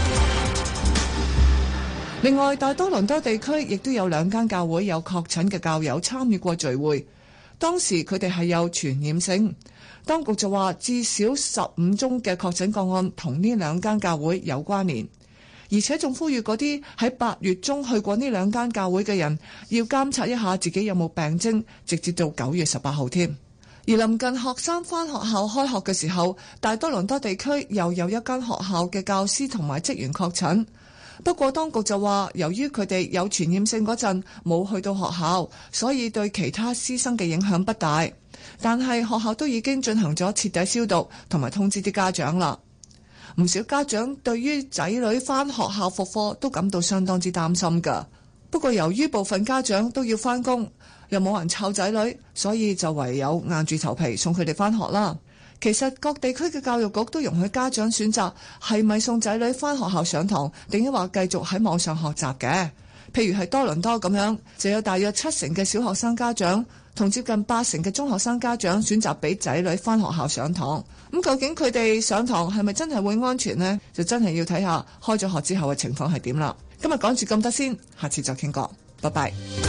另外，大多倫多地區亦都有兩間教會有確診嘅教友參與過聚會，當時佢哋係有傳染性。當局就話至少十五宗嘅確診個案同呢兩間教會有關聯，而且仲呼籲嗰啲喺八月中去過呢兩間教會嘅人要監察一下自己有冇病徵，直至到九月十八號添。而臨近學生返學校開學嘅時候，大多倫多地區又有一間學校嘅教師同埋職員確診。不過當局就話，由於佢哋有傳染性嗰陣冇去到學校，所以對其他師生嘅影響不大。但係學校都已經進行咗徹底消毒，同埋通知啲家長啦。唔少家長對於仔女返學校復課都感到相當之擔心㗎。不過由於部分家長都要返工，又冇人湊仔女，所以就唯有硬住頭皮送佢哋返學啦。其實各地區嘅教育局都容許家長選擇係咪送仔女返學校上堂，定係話繼續喺網上學習嘅。譬如係多倫多咁樣，就有大約七成嘅小學生家長同接近八成嘅中學生家長選擇俾仔女返學校上堂。咁究竟佢哋上堂係咪真係會安全呢？就真係要睇下開咗學之後嘅情況係點啦。今日講住咁多先，下次再傾過，拜拜。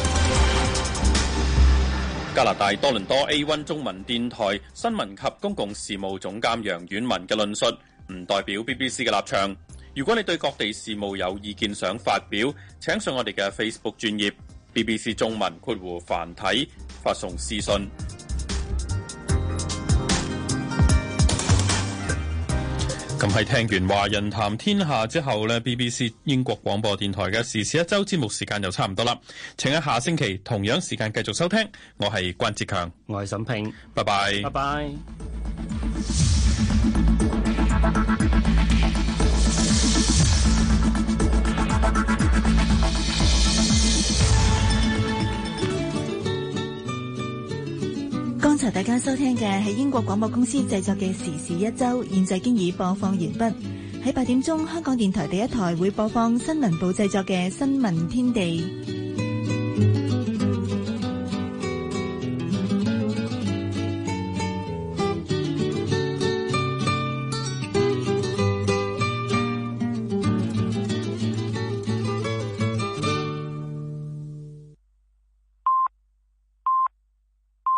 加拿大多倫多 A 一 中文電台新聞及公共事務總監楊婉文嘅論述唔代表 B B C 嘅立場。如果你對各地事務有意見想發表，請上我哋嘅 Facebook 專頁 B B C 中文括弧繁體發送私信。咁喺聽完華人談天下之後呢， B B C 英國廣播電台嘅時事一周節目時間就差唔多啦，請喺下星期同樣時間繼續收聽。我係關志強， 我係沈平， 拜拜， 拜拜。 剛才大家收聽嘅係英國廣播公司製作嘅時事一周，現在經已播放完畢。喺八點鐘，香港電台第一台會播放新聞部製作嘅新聞天地。